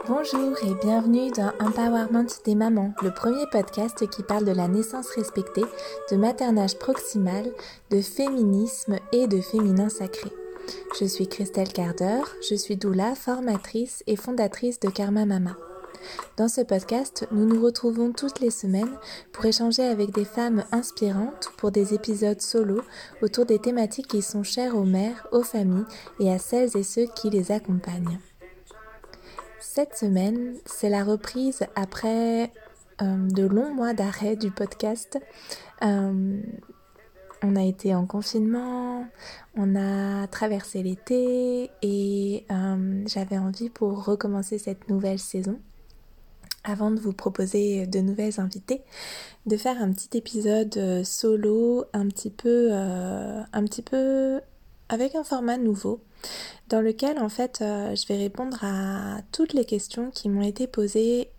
Bonjour et bienvenue dans Empowerment des mamans, le premier podcast qui parle de la naissance respectée, de maternage proximal, de féminisme et de féminin sacré. Je suis Christelle Carder, je suis doula, formatrice et fondatrice de Karma Mama. Dans ce podcast, nous nous retrouvons toutes les semaines pour échanger avec des femmes inspirantes pour des épisodes solo autour des thématiques qui sont chères aux mères, aux familles et à celles et ceux qui les accompagnent. Cette semaine, c'est la reprise après de longs mois d'arrêt du podcast. On a été en confinement, on a traversé l'été et j'avais envie pour recommencer cette nouvelle saison, avant de vous proposer de nouvelles invitées, de faire un petit épisode solo, un petit peu avec un format nouveau, dans lequel en fait je vais répondre à toutes les questions qui m'ont été posées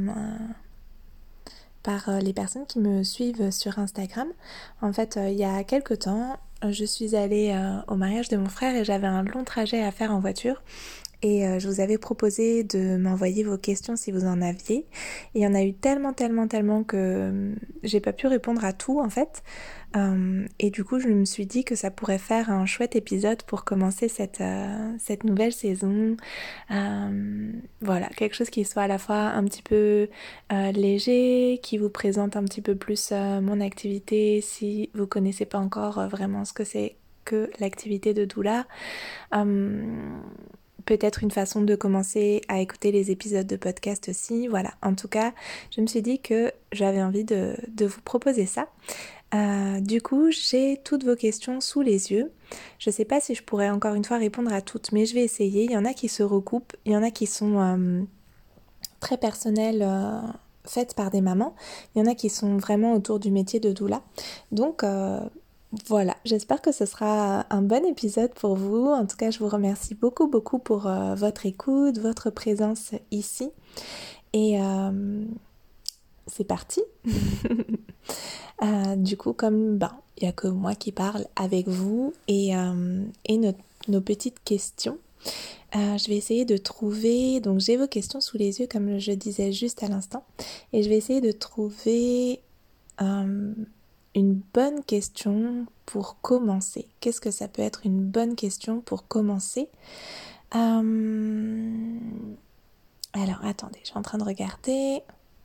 par les personnes qui me suivent sur Instagram. En fait, il y a quelques temps, je suis allée au mariage de mon frère et j'avais un long trajet à faire en voiture. Et je vous avais proposé de m'envoyer vos questions si vous en aviez. Et il y en a eu tellement que j'ai pas pu répondre à tout en fait. Et du coup, je me suis dit que ça pourrait faire un chouette épisode pour commencer cette nouvelle saison. Voilà, quelque chose qui soit à la fois un petit peu léger, qui vous présente un petit peu plus mon activité si vous connaissez pas encore vraiment ce que c'est que l'activité de doula. Peut-être une façon de commencer à écouter les épisodes de podcast aussi. Voilà, en tout cas, je me suis dit que j'avais envie de vous proposer ça. Du coup, j'ai toutes vos questions sous les yeux. Je sais pas si je pourrais encore une fois répondre à toutes, mais je vais essayer. Il y en a qui se recoupent, il y en a qui sont très personnelles, faites par des mamans. Il y en a qui sont vraiment autour du métier de doula. Donc, voilà, j'espère que ce sera un bon épisode pour vous. En tout cas, je vous remercie beaucoup pour votre écoute, votre présence ici. Et c'est parti. Du coup, comme il n'y a que moi qui parle avec vous et nos petites questions, je vais essayer de trouver, donc j'ai vos questions sous les yeux comme je disais juste à l'instant, et je vais essayer de trouver une bonne question pour commencer. Qu'est-ce que ça peut être une bonne question pour commencer? Alors, attendez, je suis en train de regarder.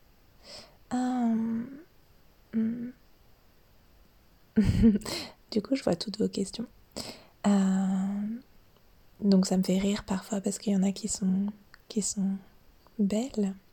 Du coup, je vois toutes vos questions. Donc, ça me fait rire parfois parce qu'il y en a qui sont belles.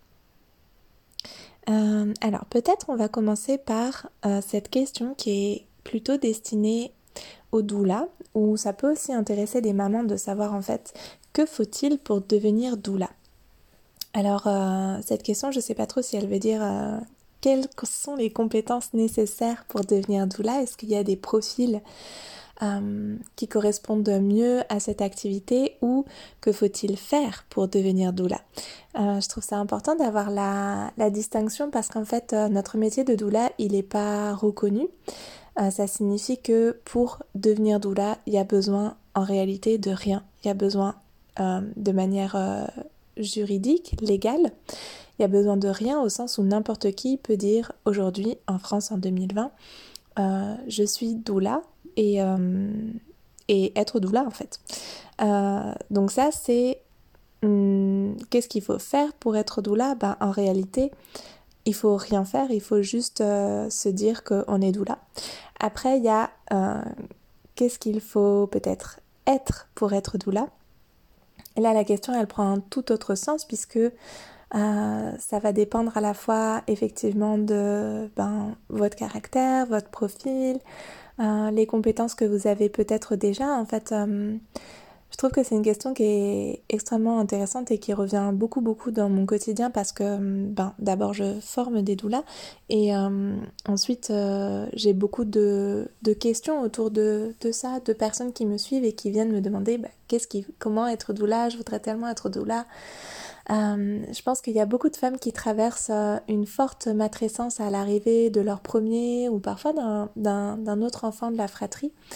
Alors, peut-être on va commencer par cette question qui est plutôt destinée aux doulas, où ça peut aussi intéresser des mamans de savoir en fait que faut-il pour devenir doula. Alors, cette question, je ne sais pas trop si elle veut dire quelles sont les compétences nécessaires pour devenir doula. Est-ce qu'il y a des profils qui correspondent mieux à cette activité ou que faut-il faire pour devenir doula? Je trouve ça important d'avoir la distinction parce qu'en fait notre métier de doula il n'est pas reconnu. Ça signifie que pour devenir doula il y a besoin en réalité de rien. Il y a besoin de manière juridique, légale, il y a besoin de rien au sens où n'importe qui peut dire aujourd'hui en France en 2020 je suis doula et être doula en fait. Donc ça c'est qu'est-ce qu'il faut faire pour être doula? En réalité il faut rien faire, il faut juste se dire qu'on est doula. Après il y a qu'est-ce qu'il faut peut-être être pour être doula? Et là la question elle prend un tout autre sens puisque ça va dépendre à la fois effectivement de votre caractère, votre profil, les compétences que vous avez peut-être déjà. En fait, je trouve que c'est une question qui est extrêmement intéressante et qui revient beaucoup dans mon quotidien parce que d'abord je forme des doulas et ensuite j'ai beaucoup de questions autour de ça, de personnes qui me suivent et qui viennent me demander comment être doula, je voudrais tellement être doula. Je pense qu'il y a beaucoup de femmes qui traversent une forte matrescence à l'arrivée de leur premier ou parfois d'un autre enfant de la fratrie.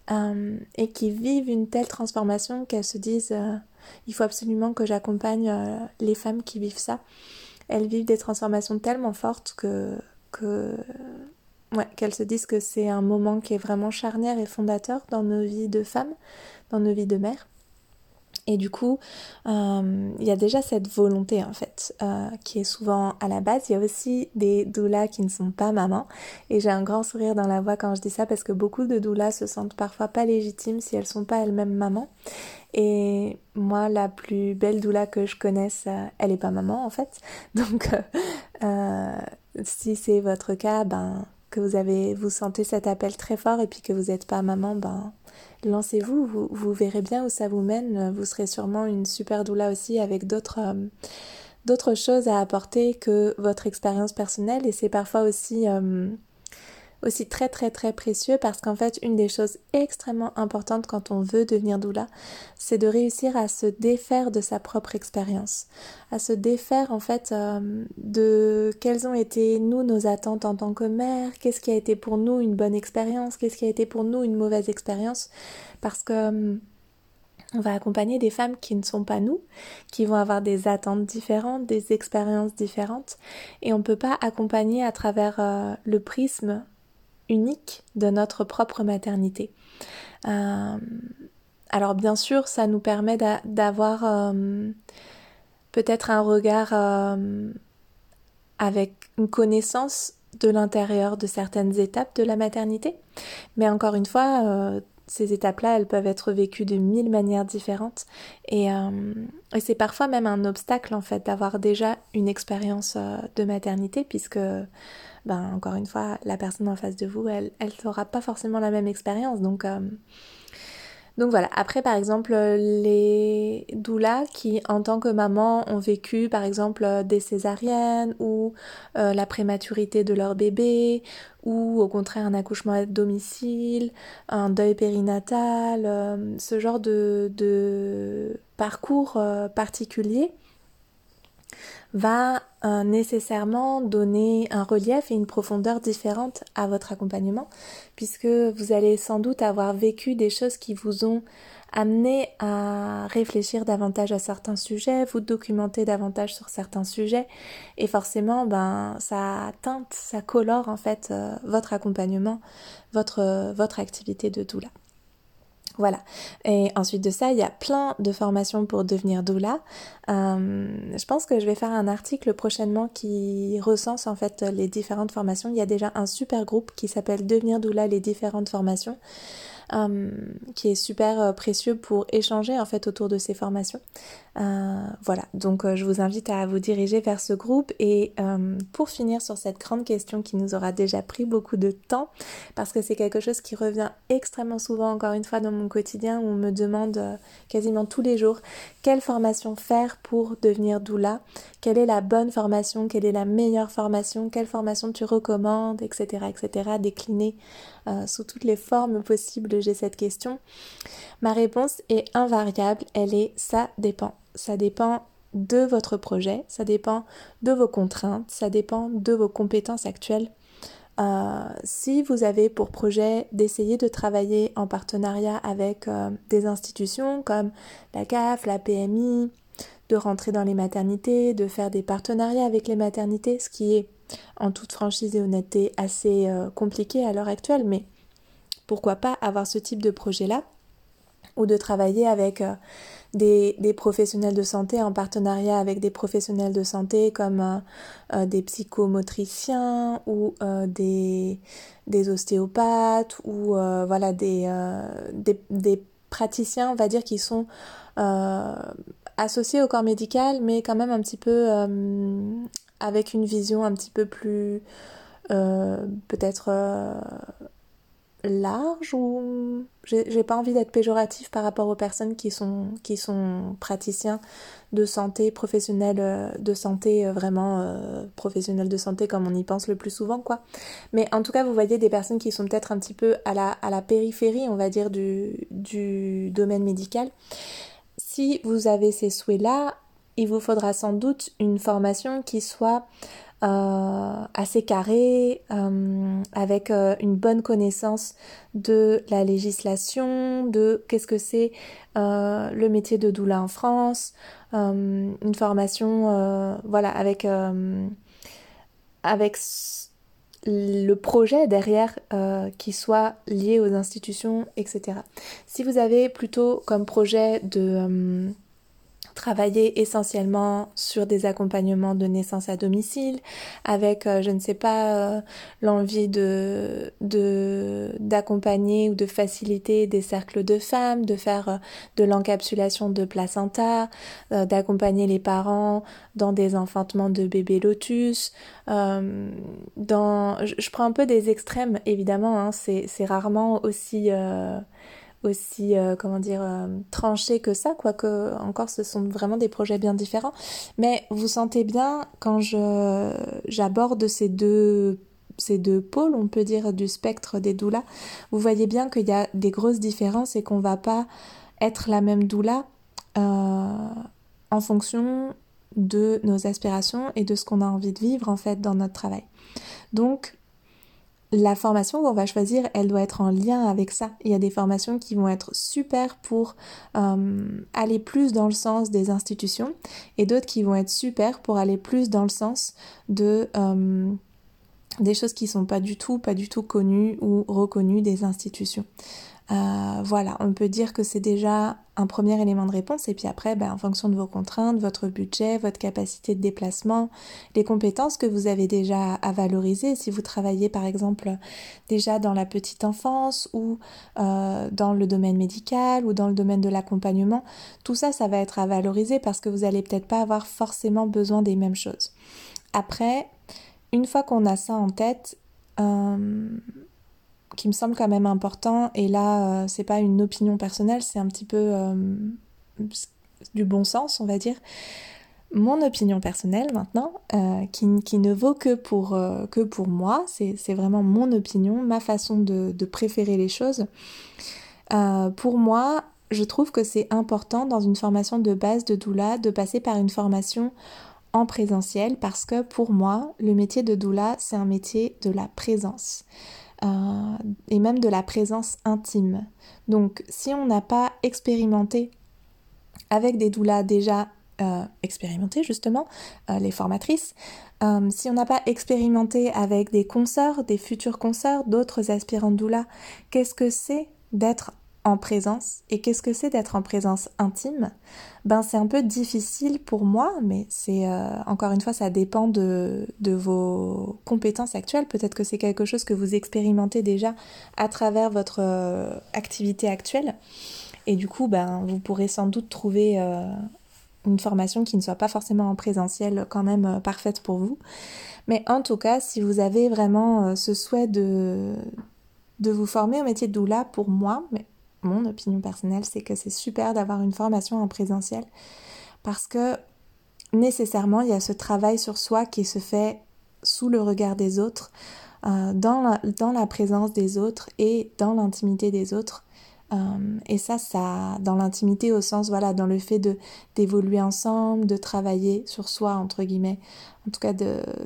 et qui vivent une telle transformation qu'elles se disent il faut absolument que j'accompagne les femmes qui vivent ça. Elles vivent des transformations tellement fortes qu'elles se disent que c'est un moment qui est vraiment charnière et fondateur dans nos vies de femmes, dans nos vies de mères. Et du coup, il y a déjà cette volonté en fait qui est souvent à la base. Il y a aussi des doulas qui ne sont pas mamans. Et j'ai un grand sourire dans la voix quand je dis ça parce que beaucoup de doulas se sentent parfois pas légitimes si elles sont pas elles-mêmes mamans. Et moi, la plus belle doula que je connaisse, elle est pas maman en fait. Donc, si c'est votre cas, que vous sentez cet appel très fort et puis que vous n'êtes pas maman, lancez-vous, vous verrez bien où ça vous mène. Vous serez sûrement une super doula aussi avec d'autres choses à apporter que votre expérience personnelle. Et c'est parfois aussi très très très précieux parce qu'en fait une des choses extrêmement importantes quand on veut devenir doula, c'est de réussir à se défaire de sa propre expérience, à se défaire en fait de quelles ont été nos attentes en tant que mère, qu'est-ce qui a été pour nous une bonne expérience, qu'est-ce qui a été pour nous une mauvaise expérience, parce que on va accompagner des femmes qui ne sont pas nous, qui vont avoir des attentes différentes, des expériences différentes, et on ne peut pas accompagner à travers le prisme unique de notre propre maternité. Alors bien sûr, ça nous permet d'avoir peut-être un regard avec une connaissance de l'intérieur de certaines étapes de la maternité, mais encore une fois, ces étapes-là, elles peuvent être vécues de 1000 manières différentes et c'est parfois même un obstacle en fait d'avoir déjà une expérience de maternité puisque encore une fois, la personne en face de vous, elle n'aura pas forcément la même expérience. Donc voilà. Après, par exemple, les doulas qui, en tant que maman, ont vécu, par exemple, des césariennes ou la prématurité de leur bébé ou au contraire un accouchement à domicile, un deuil périnatal, ce genre de parcours particulier va nécessairement donner un relief et une profondeur différente à votre accompagnement puisque vous allez sans doute avoir vécu des choses qui vous ont amené à réfléchir davantage à certains sujets, vous documenter davantage sur certains sujets et forcément ça teinte, ça colore en fait votre accompagnement, votre activité de doula. Voilà. Et ensuite de ça, il y a plein de formations pour devenir doula. Je pense que je vais faire un article prochainement qui recense en fait les différentes formations. Il y a déjà un super groupe qui s'appelle Devenir doula, les différentes formations, qui est super précieux pour échanger en fait autour de ces formations. Voilà, donc je vous invite à vous diriger vers ce groupe et pour finir sur cette grande question qui nous aura déjà pris beaucoup de temps parce que c'est quelque chose qui revient extrêmement souvent encore une fois dans mon quotidien où on me demande quasiment tous les jours quelle formation faire pour devenir doula, quelle est la bonne formation, quelle est la meilleure formation, quelle formation tu recommandes, etc. déclinée sous toutes les formes possibles, j'ai cette question. Ma réponse est invariable, elle est ça dépend. Ça dépend de votre projet, ça dépend de vos contraintes, ça dépend de vos compétences actuelles. Si vous avez pour projet d'essayer de travailler en partenariat avec des institutions comme la CAF, la PMI, de rentrer dans les maternités, de faire des partenariats avec les maternités, ce qui est en toute franchise et honnêteté assez compliqué à l'heure actuelle, mais pourquoi pas avoir ce type de projet-là ou de travailler avec des professionnels de santé en partenariat avec des professionnels de santé comme des psychomotriciens ou des ostéopathes ou voilà des praticiens, on va dire, qui sont associés au corps médical mais quand même un petit peu avec une vision un petit peu plus peut-être large ou j'ai pas envie d'être péjoratif par rapport aux personnes qui sont praticiens de santé, professionnels de santé, vraiment professionnels de santé comme on y pense le plus souvent quoi. Mais en tout cas vous voyez des personnes qui sont peut-être un petit peu à la périphérie on va dire du domaine médical. Si vous avez ces souhaits-là, il vous faudra sans doute une formation qui soit assez carré, avec une bonne connaissance de la législation, de qu'est-ce que c'est le métier de doula en France, une formation voilà avec le projet derrière qui soit lié aux institutions, etc. Si vous avez plutôt comme projet de travailler essentiellement sur des accompagnements de naissance à domicile, avec, je ne sais pas, l'envie d'accompagner ou de faciliter des cercles de femmes, de faire de l'encapsulation de placenta, d'accompagner les parents dans des enfantements de bébés lotus. Je prends un peu des extrêmes, évidemment, hein, c'est rarement aussi comment dire, tranché que ça, quoique encore ce sont vraiment des projets bien différents. Mais vous sentez bien quand j'aborde ces deux pôles, on peut dire, du spectre des doulas, vous voyez bien qu'il y a des grosses différences et qu'on va pas être la même doula en fonction de nos aspirations et de ce qu'on a envie de vivre en fait dans notre travail. Donc la formation qu'on va choisir, elle doit être en lien avec ça. Il y a des formations qui vont être super pour aller plus dans le sens des institutions et d'autres qui vont être super pour aller plus dans le sens de des choses qui sont pas du tout connues ou reconnues des institutions. Voilà, on peut dire que c'est déjà un premier élément de réponse et puis après, en fonction de vos contraintes, votre budget, votre capacité de déplacement, les compétences que vous avez déjà à valoriser, si vous travaillez par exemple déjà dans la petite enfance ou dans le domaine médical ou dans le domaine de l'accompagnement, tout ça, ça va être à valoriser parce que vous allez peut-être pas avoir forcément besoin des mêmes choses. Après, une fois qu'on a ça en tête, qui me semble quand même important, et là c'est pas une opinion personnelle, c'est un petit peu du bon sens, on va dire. Mon opinion personnelle maintenant, qui ne vaut que pour moi, c'est vraiment mon opinion, ma façon de préférer les choses. Pour moi, je trouve que c'est important dans une formation de base de doula de passer par une formation en présentiel parce que pour moi, le métier de doula, c'est un métier de la présence. Et même de la présence intime. Donc si on n'a pas expérimenté avec des doulas déjà expérimentées justement, les formatrices, si on n'a pas expérimenté avec des consoeurs, des futurs consoeurs, d'autres aspirants doulas, qu'est-ce que c'est d'être en présence et qu'est-ce que c'est d'être en présence intime, c'est un peu difficile pour moi, mais c'est encore une fois ça dépend de vos compétences actuelles. Peut-être que c'est quelque chose que vous expérimentez déjà à travers votre activité actuelle et du coup vous pourrez sans doute trouver une formation qui ne soit pas forcément en présentiel quand même parfaite pour vous. Mais en tout cas, si vous avez vraiment ce souhait de vous former au métier de doula, pour moi, mais mon opinion personnelle, c'est que c'est super d'avoir une formation en présentiel parce que nécessairement, il y a ce travail sur soi qui se fait sous le regard des autres, dans la présence des autres et dans l'intimité des autres. Et ça, dans l'intimité au sens, voilà, dans le fait d'évoluer ensemble, de travailler sur soi, entre guillemets, en tout cas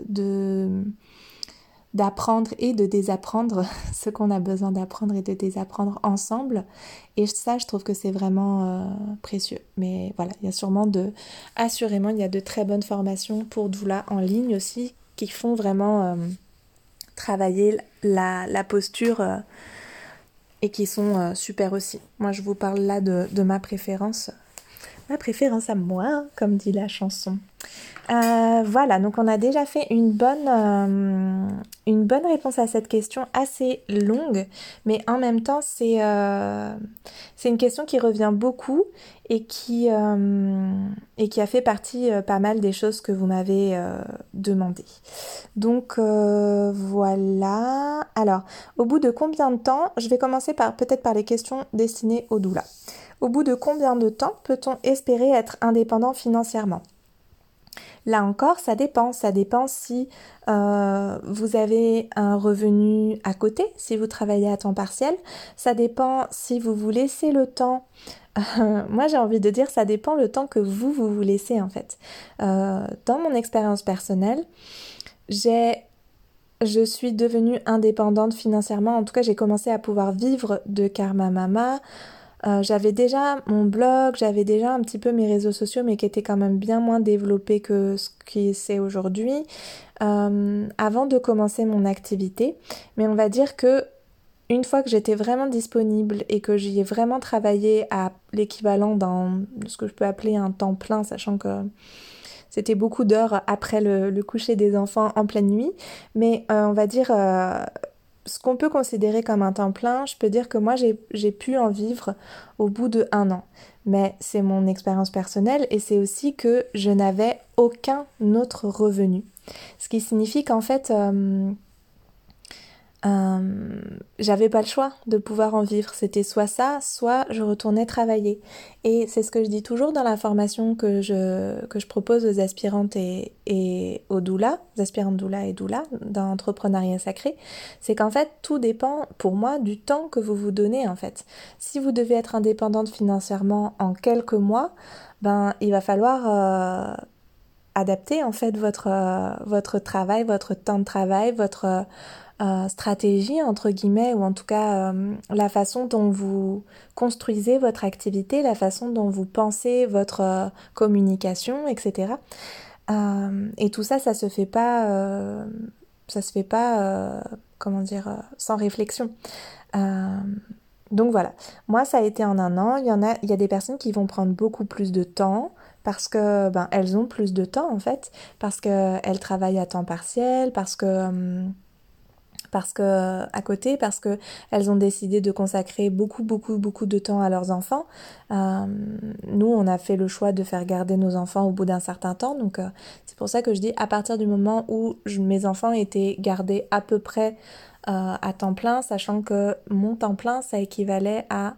d'apprendre et de désapprendre ce qu'on a besoin d'apprendre et de désapprendre ensemble. Et ça, je trouve que c'est vraiment précieux. Mais voilà, il y a assurément, il y a de très bonnes formations pour doula en ligne aussi qui font vraiment travailler la posture et qui sont super aussi. Moi, je vous parle là de ma préférence à moi, comme dit la chanson. Voilà, donc on a déjà fait une bonne réponse à cette question assez longue, mais en même temps c'est une question qui revient beaucoup et qui a fait partie pas mal des choses que vous m'avez demandé. Donc voilà. Alors, au bout de combien de temps, je vais commencer peut-être par les questions destinées aux doulas. Au bout de combien de temps peut-on espérer être indépendant financièrement ? Là encore, ça dépend. Ça dépend si vous avez un revenu à côté, si vous travaillez à temps partiel. Ça dépend si vous vous laissez le temps. Moi, j'ai envie de dire, ça dépend le temps que vous laissez en fait. Dans mon expérience personnelle, je suis devenue indépendante financièrement. En tout cas, j'ai commencé à pouvoir vivre de Karma Mama. J'avais déjà mon blog, j'avais déjà un petit peu mes réseaux sociaux, mais qui étaient quand même bien moins développés que ce qui c'est aujourd'hui, avant de commencer mon activité. Mais on va dire que une fois que j'étais vraiment disponible et que j'y ai vraiment travaillé à l'équivalent d'un ce que je peux appeler un temps plein, sachant que c'était beaucoup d'heures après le coucher des enfants en pleine nuit, mais on va dire ce qu'on peut considérer comme un temps plein, je peux dire que moi j'ai pu en vivre au bout de 1 an. Mais c'est mon expérience personnelle et c'est aussi que je n'avais aucun autre revenu. Ce qui signifie qu'en fait, euh, j'avais pas le choix de pouvoir en vivre. C'était soit ça, soit je retournais travailler. Et c'est ce que je dis toujours dans la formation que je propose aux aspirantes et aux doulas, aux aspirantes doulas et doulas, dans l'entrepreneuriat sacré, c'est qu'en fait, tout dépend pour moi du temps que vous vous donnez en fait. Si vous devez être indépendante financièrement en quelques mois, ben il va falloir adapter en fait votre travail, votre temps de travail, votre stratégie, entre guillemets, ou en tout cas la façon dont vous construisez votre activité, la façon dont vous pensez votre communication, etc. Et tout ça, ça se fait pas, comment dire, sans réflexion. Euh, donc voilà, moi ça a été en 1 an. Il y a des personnes qui vont prendre beaucoup plus de temps parce que ben elles ont plus de temps en fait, parce que elles travaillent à temps partiel, parce que à côté, parce que elles ont décidé de consacrer beaucoup, beaucoup, beaucoup de temps à leurs enfants. Euh, Nous, on a fait le choix de faire garder nos enfants au bout d'un certain temps, donc c'est pour ça que je dis à partir du moment où mes enfants étaient gardés à peu près à temps plein, sachant que mon temps plein, ça équivalait à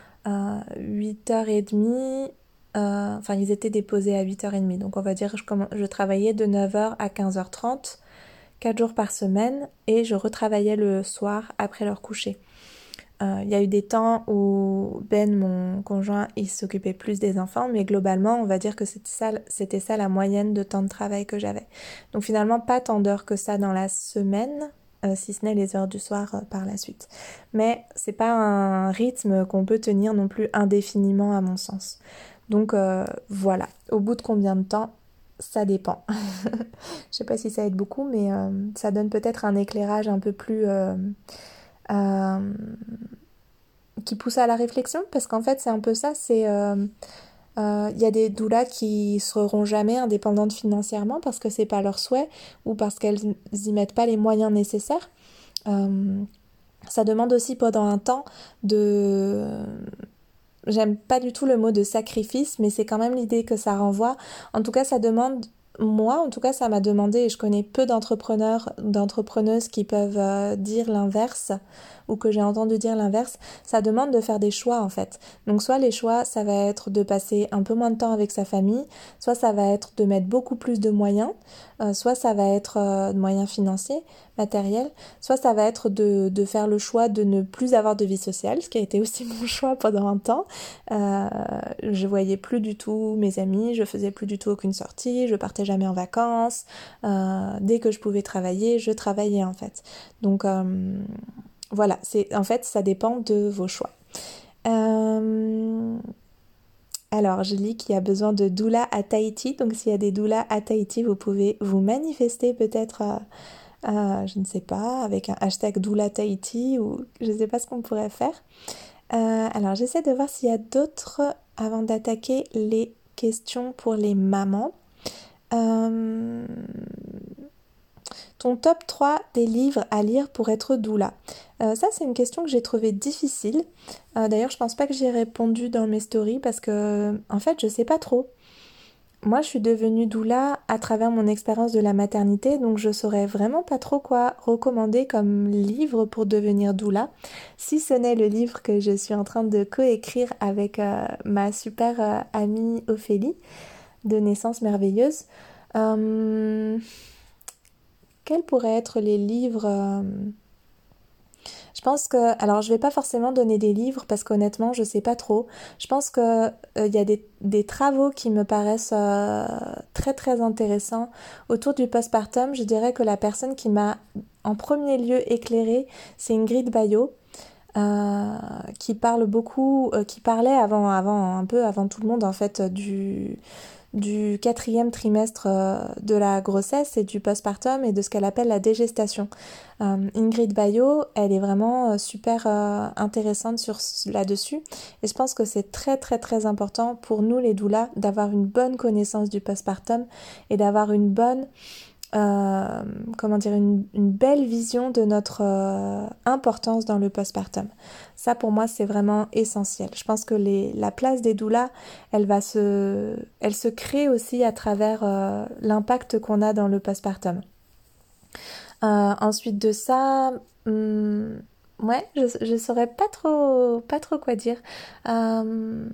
8h30. Enfin, ils étaient déposés à 8h30, donc on va dire que je travaillais de 9h à 15h30 4 jours par semaine et je retravaillais le soir après leur coucher. Il y a eu des temps où Ben, mon conjoint, il s'occupait plus des enfants, mais globalement, on va dire que c'était ça la moyenne de temps de travail que j'avais. Donc finalement, pas tant d'heures que ça dans la semaine, si ce n'est les heures du soir par la suite. Mais c'est pas un rythme qu'on peut tenir non plus indéfiniment à mon sens. Donc voilà, au bout de combien de temps, ça dépend. Je sais pas si ça aide beaucoup, mais ça donne peut-être un éclairage un peu plus euh, qui pousse à la réflexion, parce qu'en fait c'est un peu ça, il y a des doulas qui seront jamais indépendantes financièrement parce que c'est pas leur souhait ou parce qu'elles y mettent pas les moyens nécessaires. Euh, Ça demande aussi pendant un temps de... J'aime pas du tout le mot de sacrifice, mais c'est quand même l'idée que ça renvoie. En tout cas, ça demande, moi, en tout cas, ça m'a demandé, et je connais peu d'entrepreneurs, d'entrepreneuses qui peuvent dire l'inverse, ou que j'ai entendu dire l'inverse, ça demande de faire des choix en fait. Donc soit les choix, ça va être de passer un peu moins de temps avec sa famille, soit ça va être de mettre beaucoup plus de moyens, soit ça va être de moyens financiers, matériels, soit ça va être de faire le choix de ne plus avoir de vie sociale, ce qui a été aussi mon choix pendant un temps. Euh, je voyais plus du tout mes amis, je faisais plus du tout aucune sortie, je partais jamais en vacances. Dès que je pouvais travailler, je travaillais en fait. Donc voilà, en fait ça dépend de vos choix. Euh, alors, je lis qu'il y a besoin de doula à Tahiti. Donc, s'il y a des doulas à Tahiti, vous pouvez vous manifester peut-être, je ne sais pas, avec un hashtag doula Tahiti ou je ne sais pas ce qu'on pourrait faire. Alors, j'essaie de voir s'il y a d'autres avant d'attaquer les questions pour les mamans. Euh, Ton top 3 des livres à lire pour être doula. Ça, c'est une question que j'ai trouvée difficile. D'ailleurs, je pense pas que j'y ai répondu dans mes stories parce que, en fait, je sais pas trop. Moi, je suis devenue doula à travers mon expérience de la maternité, donc je saurais vraiment pas trop quoi recommander comme livre pour devenir doula, si ce n'est le livre que je suis en train de coécrire avec ma super amie Ophélie de Naissance Merveilleuse. Quels pourraient être les livres pense que, alors je vais pas forcément donner des livres parce qu'honnêtement je sais pas trop. Je pense que il y a des travaux qui me paraissent très très intéressants autour du postpartum. Je dirais que la personne qui m'a en premier lieu éclairée, c'est Ingrid Baillot. Qui parle beaucoup, qui parlait un peu avant tout le monde en fait du quatrième trimestre de la grossesse et du postpartum et de ce qu'elle appelle la dégestation. Ingrid Baillot, elle est vraiment super intéressante là-dessus et je pense que c'est très très très important pour nous les doulas d'avoir une bonne connaissance du postpartum et d'avoir une bonne comment dire, une belle vision de notre importance dans le postpartum. Ça, pour moi, c'est vraiment essentiel. Je pense que la place des doulas, elle se crée aussi à travers l'impact qu'on a dans le postpartum. Ensuite de ça, ouais, je saurais pas trop quoi dire. Euh,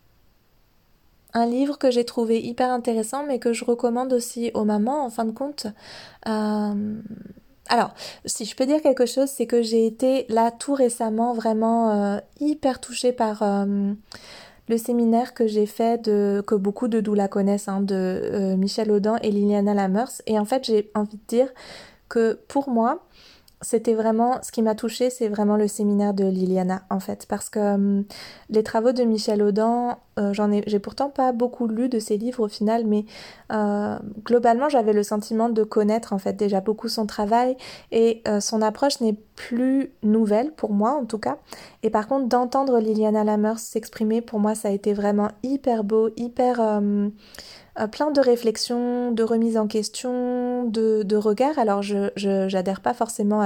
un livre que j'ai trouvé hyper intéressant, mais que je recommande aussi aux mamans, en fin de compte. Euh, alors, si je peux dire quelque chose, c'est que j'ai été là tout récemment vraiment hyper touchée par le séminaire que j'ai fait que beaucoup de doulas connaissent, hein, de Michel Audin et Liliana Lamers. Et en fait, j'ai envie de dire que pour moi, c'était vraiment, ce qui m'a touchée, c'est vraiment le séminaire de Liliana, en fait, parce que les travaux de Michel Audin, j'ai pourtant pas beaucoup lu de ses livres au final, mais globalement, j'avais le sentiment de connaître, en fait, déjà beaucoup son travail, et son approche n'est plus nouvelle, pour moi, en tout cas, et par contre, d'entendre Liliana Lamers s'exprimer, pour moi, ça a été vraiment hyper beau, hyper plein de réflexions, de remises en question, de regards. Alors j'adhère pas forcément à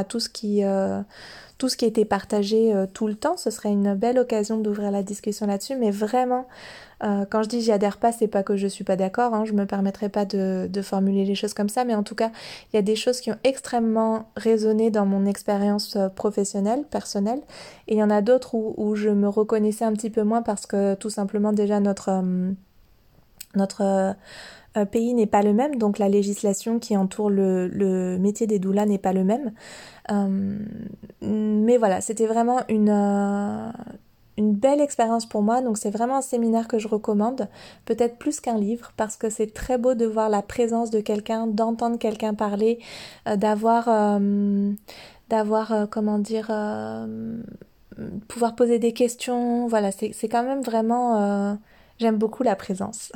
tout ce qui était partagé tout le temps. Ce serait une belle occasion d'ouvrir la discussion là-dessus. Mais vraiment, quand je dis j'y adhère pas, c'est pas que je suis pas d'accord. Hein, je me permettrai pas de formuler les choses comme ça. Mais en tout cas, il y a des choses qui ont extrêmement résonné dans mon expérience professionnelle, personnelle. Et il y en a d'autres où je me reconnaissais un petit peu moins parce que tout simplement déjà notre pays n'est pas le même, donc la législation qui entoure le métier des doulas n'est pas le même. Euh, mais voilà, c'était vraiment une belle expérience pour moi, donc c'est vraiment un séminaire que je recommande, peut-être plus qu'un livre, parce que c'est très beau de voir la présence de quelqu'un, d'entendre quelqu'un parler, comment dire, pouvoir poser des questions, voilà, c'est quand même vraiment... j'aime beaucoup la présence.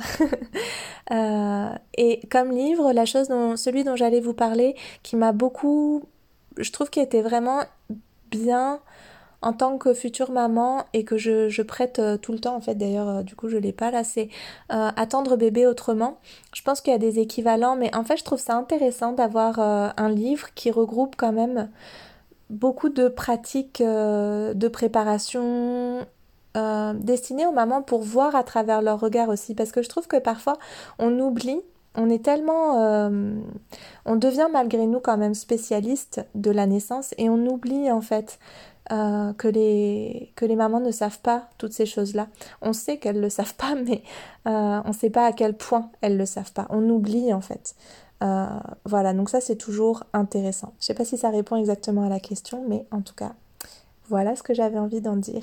Et comme livre, celui dont j'allais vous parler, qui m'a beaucoup, je trouve qu'il était vraiment bien en tant que future maman et que je prête tout le temps en fait. D'ailleurs, du coup, je l'ai pas là. C'est Attendre bébé autrement. Je pense qu'il y a des équivalents, mais en fait, je trouve ça intéressant d'avoir un livre qui regroupe quand même beaucoup de pratiques de préparation destinées aux mamans pour voir à travers leur regard aussi. Parce que je trouve que parfois, on oublie, on est tellement... on devient malgré nous quand même spécialiste de la naissance et on oublie en fait que les mamans ne savent pas toutes ces choses-là. On sait qu'elles ne le savent pas, mais on ne sait pas à quel point elles ne le savent pas. On oublie en fait. Voilà, donc ça c'est toujours intéressant. Je sais pas si ça répond exactement à la question, mais en tout cas, voilà ce que j'avais envie d'en dire.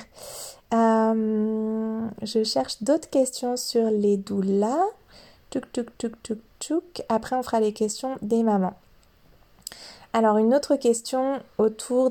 Je cherche d'autres questions sur les doulas. Tuk tuk tuk tuk tuk. Après, on fera les questions des mamans. Alors, une autre question autour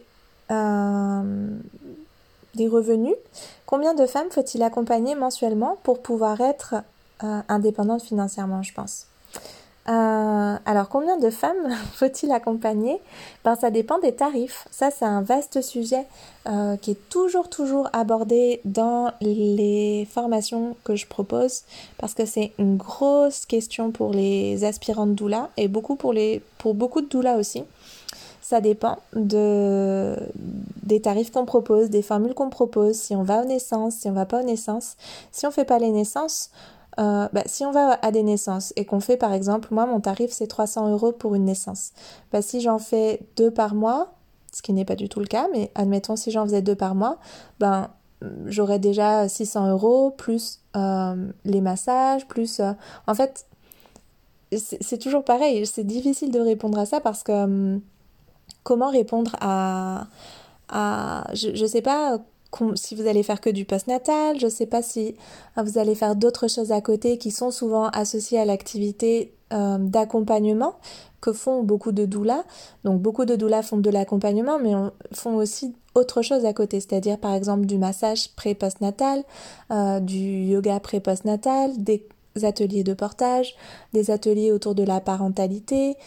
des revenus. Combien de femmes faut-il accompagner mensuellement pour pouvoir être indépendante financièrement, je pense. Alors, combien de femmes faut-il accompagner? Ben, ça dépend des tarifs. Ça, c'est un vaste sujet qui est toujours abordé dans les formations que je propose parce que c'est une grosse question pour les aspirantes doulas et pour beaucoup de doulas aussi. Ça dépend des tarifs qu'on propose, des formules qu'on propose, si on va aux naissances, si on va pas aux naissances. Si on fait pas les naissances, si on va à des naissances et qu'on fait par exemple, moi mon tarif c'est 300 € pour une naissance. Si j'en fais 2 par mois, ce qui n'est pas du tout le cas, mais admettons si j'en faisais 2 par mois, j'aurais déjà 600 € plus les massages, plus... en fait, c'est toujours pareil, c'est difficile de répondre à ça parce que comment répondre je sais pas si vous allez faire que du postnatal, je sais pas si vous allez faire d'autres choses à côté qui sont souvent associées à l'activité d'accompagnement que font beaucoup de doulas. Donc beaucoup de doulas font de l'accompagnement, mais font aussi autre chose à côté, c'est-à-dire par exemple du massage pré-postnatal, du yoga pré-postnatal, des ateliers de portage, des ateliers autour de la parentalité.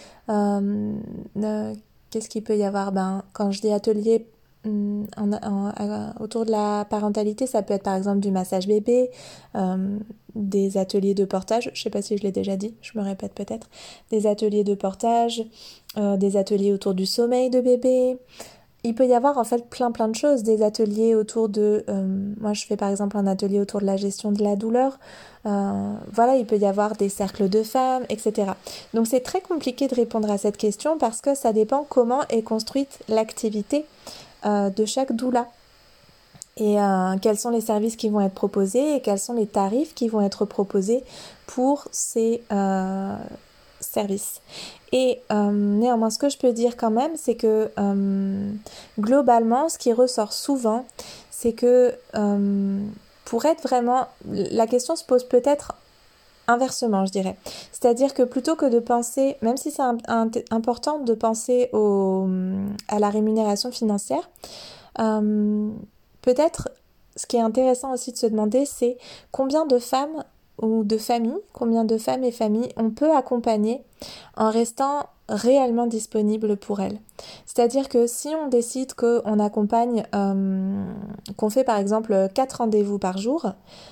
Qu'est-ce qu'il peut y avoir? Ben, quand je dis atelier autour de la parentalité, ça peut être par exemple du massage bébé, des ateliers de portage, je sais pas si je l'ai déjà dit, je me répète peut-être, des ateliers de portage, des ateliers autour du sommeil de bébé. Il peut y avoir en fait plein de choses, des ateliers autour de... moi je fais par exemple un atelier autour de la gestion de la douleur. Voilà, il peut y avoir des cercles de femmes, etc. Donc c'est très compliqué de répondre à cette question parce que ça dépend comment est construite l'activité de chaque doula. Et quels sont les services qui vont être proposés et quels sont les tarifs qui vont être proposés pour ces services. Et néanmoins, ce que je peux dire quand même, c'est que globalement, ce qui ressort souvent, c'est que pour être vraiment... La question se pose peut-être inversement, je dirais. C'est-à-dire que plutôt que de penser, même si c'est important de penser à la rémunération financière, peut-être ce qui est intéressant aussi de se demander, c'est combien de femmes ou de familles, combien de femmes et familles on peut accompagner en restant réellement disponible pour elles. C'est-à-dire que si on décide qu'on accompagne, qu'on fait par exemple 4 rendez-vous par jour,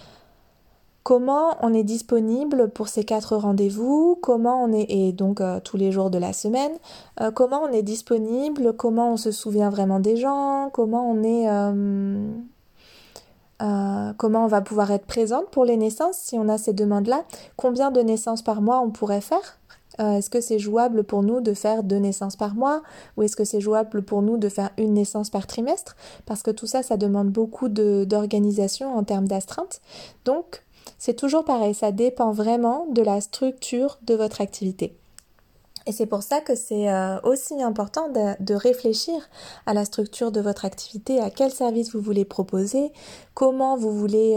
comment on est disponible pour ces 4 rendez-vous, comment on est, et donc tous les jours de la semaine, comment on est disponible, comment on se souvient vraiment des gens, comment on est... comment on va pouvoir être présente pour les naissances si on a ces demandes-là, combien de naissances par mois on pourrait faire, est-ce que c'est jouable pour nous de faire 2 naissances par mois ou est-ce que c'est jouable pour nous de faire 1 naissance par trimestre, parce que tout ça, ça demande beaucoup d'organisation en termes d'astreinte. Donc c'est toujours pareil, ça dépend vraiment de la structure de votre activité. Et c'est pour ça que c'est aussi important de réfléchir à la structure de votre activité, à quel service vous voulez proposer, comment vous voulez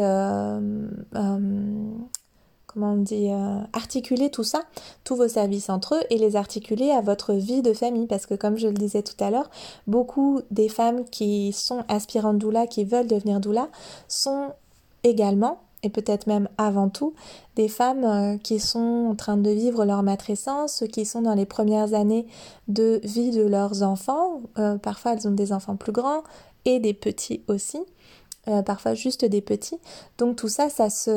comment on dit, articuler tout ça, tous vos services entre eux et les articuler à votre vie de famille. Parce que comme je le disais tout à l'heure, beaucoup des femmes qui sont aspirantes doula, qui veulent devenir doula, sont également et peut-être même avant tout, des femmes qui sont en train de vivre leur matrescence, qui sont dans les premières années de vie de leurs enfants. Parfois, elles ont des enfants plus grands et des petits aussi. Parfois, juste des petits. Donc tout ça,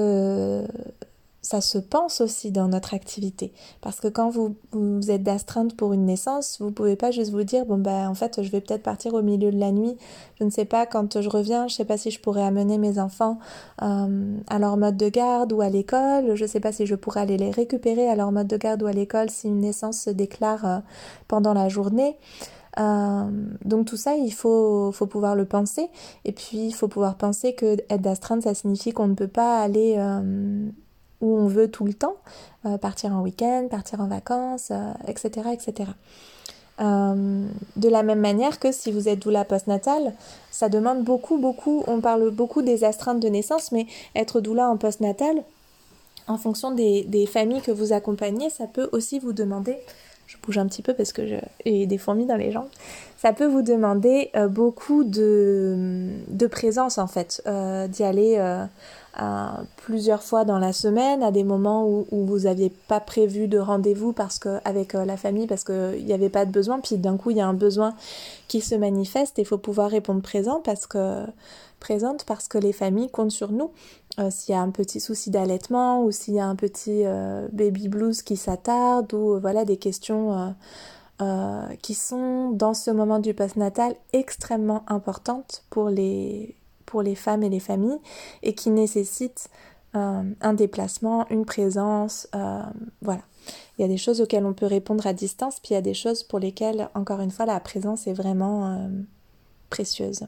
ça se pense aussi dans notre activité. Parce que quand vous êtes d'astreinte pour une naissance, vous pouvez pas juste vous dire, bon ben en fait je vais peut-être partir au milieu de la nuit, je ne sais pas quand je reviens, je sais pas si je pourrais amener mes enfants à leur mode de garde ou à l'école, je sais pas si je pourrais aller les récupérer à leur mode de garde ou à l'école si une naissance se déclare pendant la journée. Donc tout ça, il faut pouvoir le penser. Et puis il faut pouvoir penser que être d'astreinte, ça signifie qu'on ne peut pas aller où on veut tout le temps, partir en week-end, partir en vacances, etc. etc. De la même manière que si vous êtes doula postnatale, ça demande beaucoup, on parle beaucoup des astreintes de naissance, mais être doula en postnatal, en fonction des familles que vous accompagnez, ça peut aussi vous demander, je bouge un petit peu parce que j'ai des fourmis dans les jambes, ça peut vous demander beaucoup de présence en fait, d'y aller plusieurs fois dans la semaine, à des moments où vous n'aviez pas prévu de rendez-vous avec la famille parce qu'il n'y avait pas de besoin, puis d'un coup il y a un besoin qui se manifeste et il faut pouvoir répondre présente parce que les familles comptent sur nous. S'il y a un petit souci d'allaitement ou s'il y a un petit baby blues qui s'attarde ou voilà des questions qui sont dans ce moment du postnatal extrêmement importantes pour les femmes et les familles et qui nécessitent un déplacement, une présence, voilà. Il y a des choses auxquelles on peut répondre à distance, puis il y a des choses pour lesquelles, encore une fois, la présence est vraiment précieuse.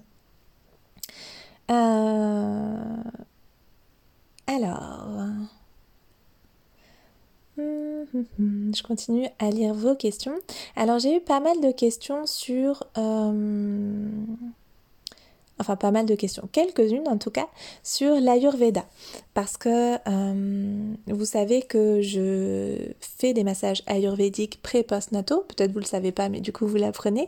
Alors, je continue à lire vos questions. Alors, j'ai eu pas mal de questions sur enfin pas mal de questions, quelques-unes en tout cas, sur l'Ayurveda. Parce que vous savez que je fais des massages ayurvédiques pré- et post-nataux, peut-être vous le savez pas, mais du coup vous l'apprenez.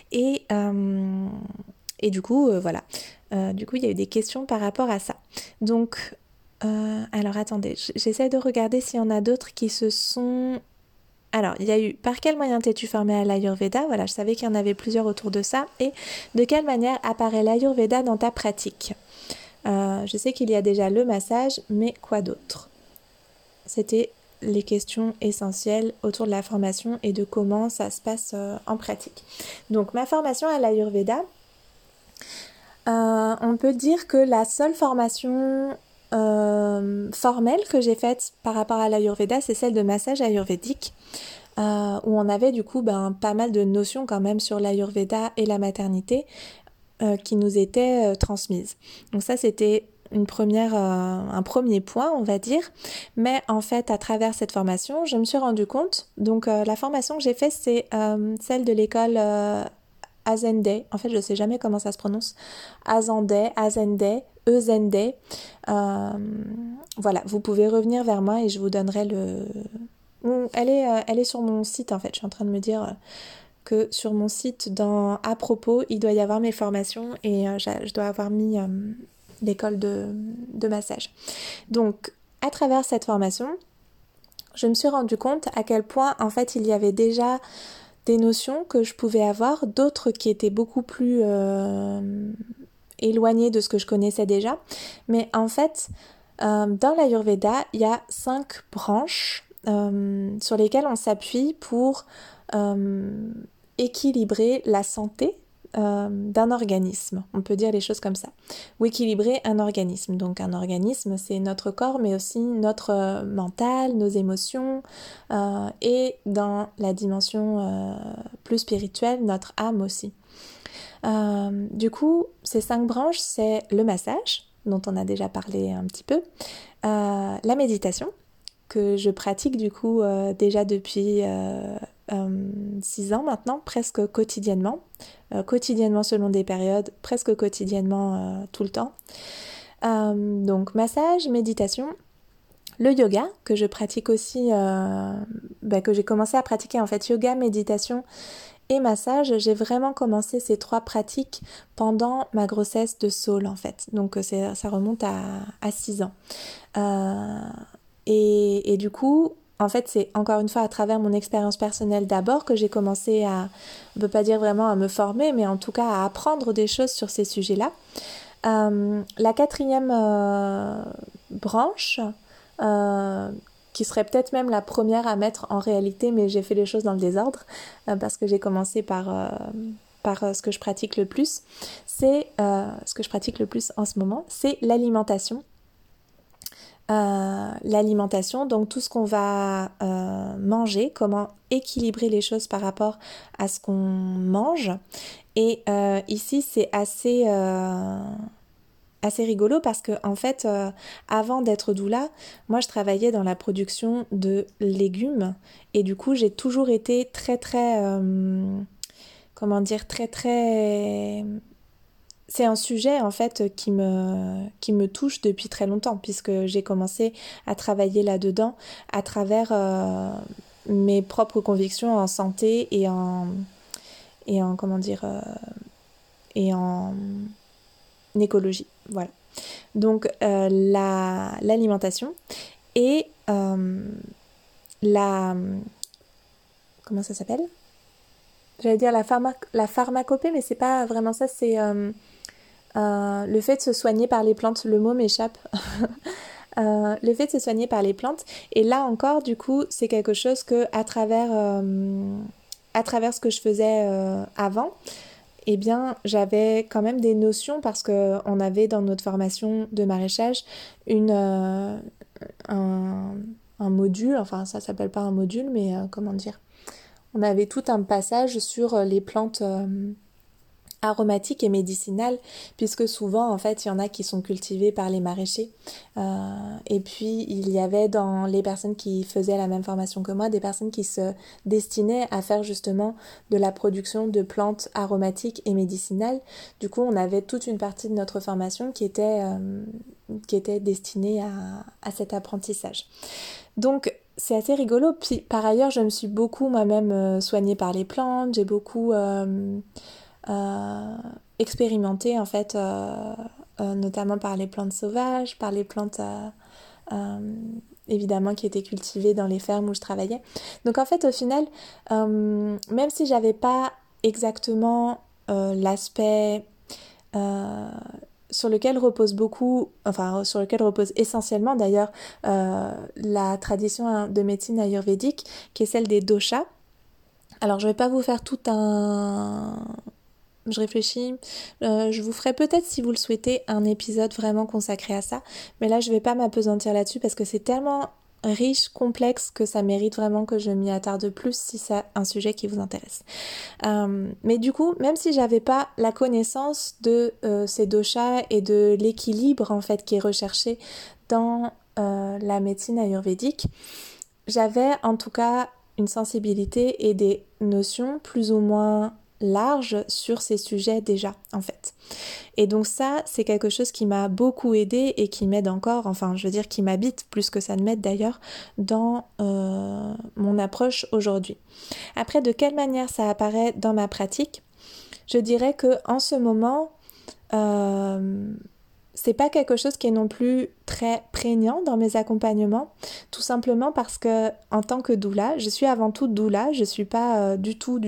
Et du coup, voilà. Du coup, il y a eu des questions par rapport à ça. Donc, alors attendez, j'essaie de regarder s'il y en a d'autres qui se sont... Alors, il y a eu par quel moyen t'es-tu formé à l'Ayurveda? Voilà, je savais qu'il y en avait plusieurs autour de ça. Et de quelle manière apparaît l'Ayurveda dans ta pratique? Je sais qu'il y a déjà le massage, mais quoi d'autre? C'était les questions essentielles autour de la formation et de comment ça se passe en pratique. Donc, ma formation à l'Ayurveda, on peut dire que la seule formation formelle que j'ai faite par rapport à l'Ayurveda, c'est celle de massage ayurvédique. Où on avait du coup pas mal de notions quand même sur l'Ayurveda et la maternité qui nous étaient transmises. Donc ça c'était un premier point on va dire, mais en fait à travers cette formation je me suis rendu compte, donc la formation que j'ai faite c'est celle de l'école Azende, en fait je sais jamais comment ça se prononce, Azende, Ezende. Voilà, vous pouvez revenir vers moi et je vous donnerai elle est sur mon site en fait. Je suis en train de me dire que sur mon site, à propos, il doit y avoir mes formations et je dois avoir mis l'école de massage. Donc, à travers cette formation, je me suis rendu compte à quel point en fait il y avait déjà des notions que je pouvais avoir, d'autres qui étaient beaucoup plus éloignées de ce que je connaissais déjà. Mais en fait, dans l'Ayurveda, il y a 5 branches sur lesquelles on s'appuie pour équilibrer la santé d'un organisme. On peut dire les choses comme ça. Ou équilibrer un organisme. Donc un organisme, c'est notre corps, mais aussi notre mental, nos émotions, et dans la dimension plus spirituelle, notre âme aussi. Du coup, ces 5 branches, c'est le massage, dont on a déjà parlé un petit peu, la méditation, que je pratique du coup déjà depuis 6 ans maintenant, presque quotidiennement. Quotidiennement selon des périodes, presque quotidiennement tout le temps. Donc massage, méditation, le yoga que je pratique aussi, que j'ai commencé à pratiquer en fait, yoga, méditation et massage. J'ai vraiment commencé ces 3 pratiques pendant ma grossesse de Saul en fait. Donc ça remonte à 6 ans. Et du coup, en fait, c'est encore une fois à travers mon expérience personnelle d'abord que j'ai commencé on peut pas dire vraiment à me former, mais en tout cas à apprendre des choses sur ces sujets-là. La 4e branche, qui serait peut-être même la première à mettre en réalité, mais j'ai fait les choses dans le désordre, parce que j'ai commencé par ce que je pratique le plus. Ce que je pratique le plus en ce moment, c'est l'alimentation. L'alimentation, donc tout ce qu'on va manger, comment équilibrer les choses par rapport à ce qu'on mange. Et ici, c'est assez rigolo parce que en fait, avant d'être doula, moi je travaillais dans la production de légumes et du coup j'ai toujours été très très, comment dire, très très... C'est un sujet en fait qui me touche depuis très longtemps puisque j'ai commencé à travailler là-dedans à travers mes propres convictions en santé et en comment dire et en écologie. Voilà. Donc l'alimentation et la comment ça s'appelle? J'allais dire la pharmacopée, mais c'est pas vraiment ça, c'est le fait de se soigner par les plantes, le mot m'échappe. Le fait de se soigner par les plantes. Et là encore, du coup, c'est quelque chose que à travers ce que je faisais avant, eh bien, j'avais quand même des notions parce que on avait dans notre formation de maraîchage un, un module, enfin ça s'appelle pas un module, mais comment dire, on avait tout un passage sur les plantes aromatique et médicinale, puisque souvent en fait il y en a qui sont cultivés par les maraîchers, et puis il y avait dans les personnes qui faisaient la même formation que moi des personnes qui se destinaient à faire justement de la production de plantes aromatiques et médicinales. Du coup on avait toute une partie de notre formation qui était destinée à cet apprentissage. Donc c'est assez rigolo. Puis par ailleurs je me suis beaucoup moi-même soignée par les plantes, j'ai beaucoup expérimenté en fait, notamment par les plantes sauvages, par les plantes évidemment qui étaient cultivées dans les fermes où je travaillais. Donc en fait au final, même si j'avais pas exactement l'aspect sur lequel repose beaucoup, enfin sur lequel repose essentiellement d'ailleurs la tradition de médecine ayurvédique, qui est celle des doshas. Alors je vais pas vous faire tout un... Je réfléchis, je vous ferai peut-être si vous le souhaitez un épisode vraiment consacré à ça, mais là je vais pas m'appesantir là-dessus parce que c'est tellement riche, complexe que ça mérite vraiment que je m'y attarde plus si c'est un sujet qui vous intéresse. Mais du coup, même si j'avais pas la connaissance de ces doshas et de l'équilibre en fait qui est recherché dans la médecine ayurvédique, j'avais en tout cas une sensibilité et des notions plus ou moins larges sur ces sujets déjà en fait. Et donc ça, c'est quelque chose qui m'a beaucoup aidée et qui m'aide encore, enfin je veux dire qui m'habite plus que ça ne m'aide d'ailleurs dans mon approche aujourd'hui. Après, de quelle manière ça apparaît dans ma pratique? Je dirais que en ce moment, c'est pas quelque chose qui est non plus très prégnant dans mes accompagnements, tout simplement parce que en tant que doula, je suis avant tout doula, je suis pas du tout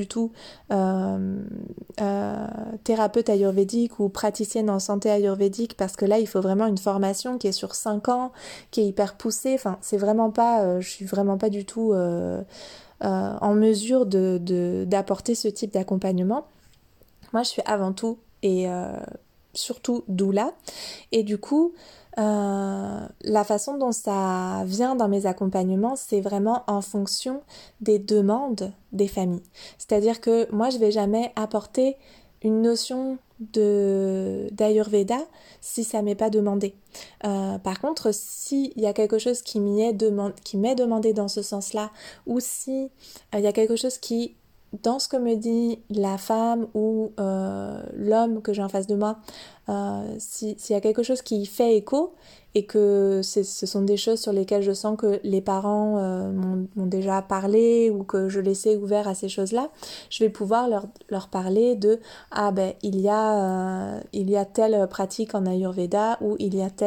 thérapeute ayurvédique ou praticienne en santé ayurvédique, parce que là il faut vraiment une formation qui est sur 5 ans, qui est hyper poussée, enfin c'est vraiment pas, je suis vraiment pas du tout en mesure d'apporter ce type d'accompagnement. Moi je suis avant tout et surtout doula, et du coup la façon dont ça vient dans mes accompagnements, c'est vraiment en fonction des demandes des familles. C'est-à-dire que moi je vais jamais apporter une notion d'Ayurveda si ça m'est pas demandé. Par contre, s'il y a quelque chose qui m'est demandé dans ce sens-là, ou si il y a quelque chose qui, dans ce que me dit la femme ou l'homme que j'ai en face de moi, s'il y a quelque chose qui fait écho et que ce sont des choses sur lesquelles je sens que les parents m'ont déjà parlé ou que je laissais ouvert à ces choses-là, je vais pouvoir leur parler de « Ah ben, il y a telle pratique en Ayurveda ou il y a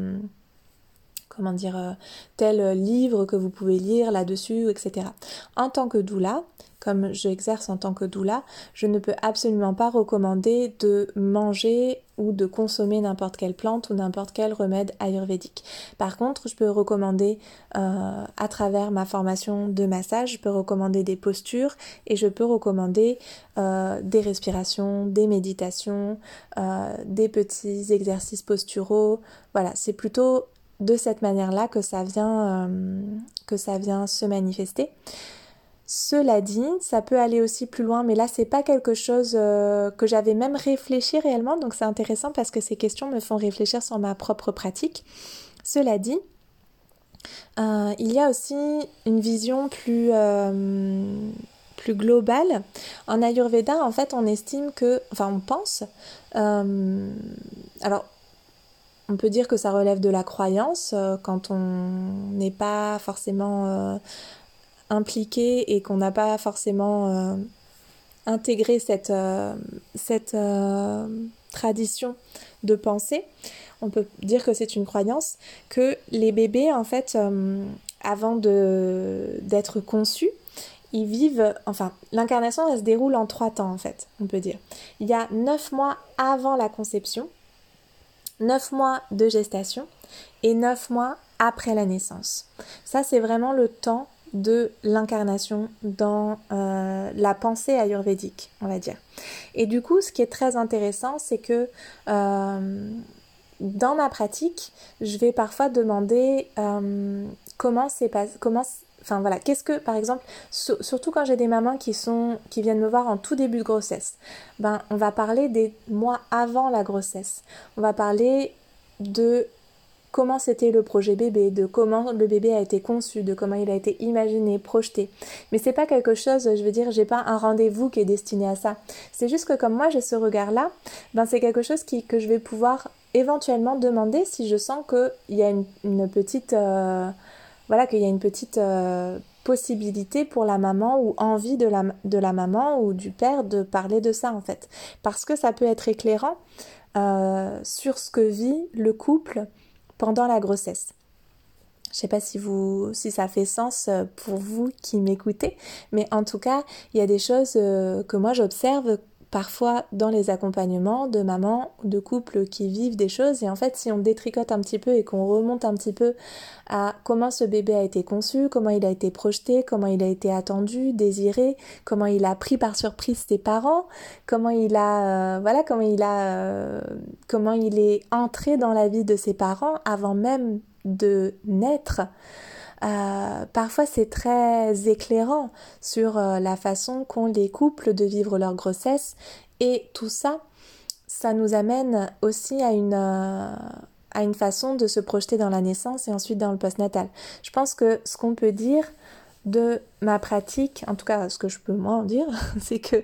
tel livre que vous pouvez lire là-dessus, etc. » En tant que doula, comme j'exerce en tant que doula, je ne peux absolument pas recommander de manger ou de consommer n'importe quelle plante ou n'importe quel remède ayurvédique. Par contre, je peux recommander, à travers ma formation de massage, je peux recommander des postures et je peux recommander des respirations, des méditations, des petits exercices posturaux. Voilà, c'est plutôt de cette manière-là que ça vient se manifester. Cela dit, ça peut aller aussi plus loin, mais là c'est pas quelque chose que j'avais même réfléchi réellement, donc c'est intéressant parce que ces questions me font réfléchir sur ma propre pratique. Cela dit, il y a aussi une vision plus globale. En Ayurveda, en fait, on estime que, enfin on pense, alors on peut dire que ça relève de la croyance quand on n'est pas forcément impliqué et qu'on n'a pas forcément intégré cette tradition de pensée. On peut dire que c'est une croyance que les bébés, en fait, avant d'être conçus, ils vivent, enfin, l'incarnation, elle se déroule en 3 temps, en fait, on peut dire. Il y a 9 mois avant la conception, 9 mois de gestation et 9 mois après la naissance. Ça, c'est vraiment le temps de l'incarnation dans la pensée ayurvédique, on va dire. Et du coup, ce qui est très intéressant, c'est que dans ma pratique, je vais parfois demander comment Enfin voilà, qu'est-ce que, par exemple, surtout quand j'ai des mamans qui viennent me voir en tout début de grossesse, ben on va parler des mois avant la grossesse. On va parler de comment c'était le projet bébé, de comment le bébé a été conçu, de comment il a été imaginé, projeté. Mais c'est pas quelque chose, je veux dire, j'ai pas un rendez-vous qui est destiné à ça. C'est juste que comme moi j'ai ce regard-là, ben c'est quelque chose que je vais pouvoir éventuellement demander si je sens qu'il y a une petite... voilà, qu'il y a une petite possibilité pour la maman ou envie de la maman ou du père de parler de ça en fait. Parce que ça peut être éclairant sur ce que vit le couple pendant la grossesse. Je sais pas si ça fait sens pour vous qui m'écoutez, mais en tout cas, il y a des choses que moi j'observe parfois dans les accompagnements de mamans ou de couples qui vivent des choses, et en fait si on détricote un petit peu et qu'on remonte un petit peu à comment ce bébé a été conçu, comment il a été projeté, comment il a été attendu, désiré, comment il a pris par surprise ses parents, comment il est entré dans la vie de ses parents avant même de naître. Parfois c'est très éclairant sur la façon qu'ont les couples de vivre leur grossesse, et tout ça, ça nous amène aussi à une façon de se projeter dans la naissance et ensuite dans le postnatal. Je pense que ce qu'on peut dire de ma pratique, en tout cas ce que je peux moi en dire, c'est que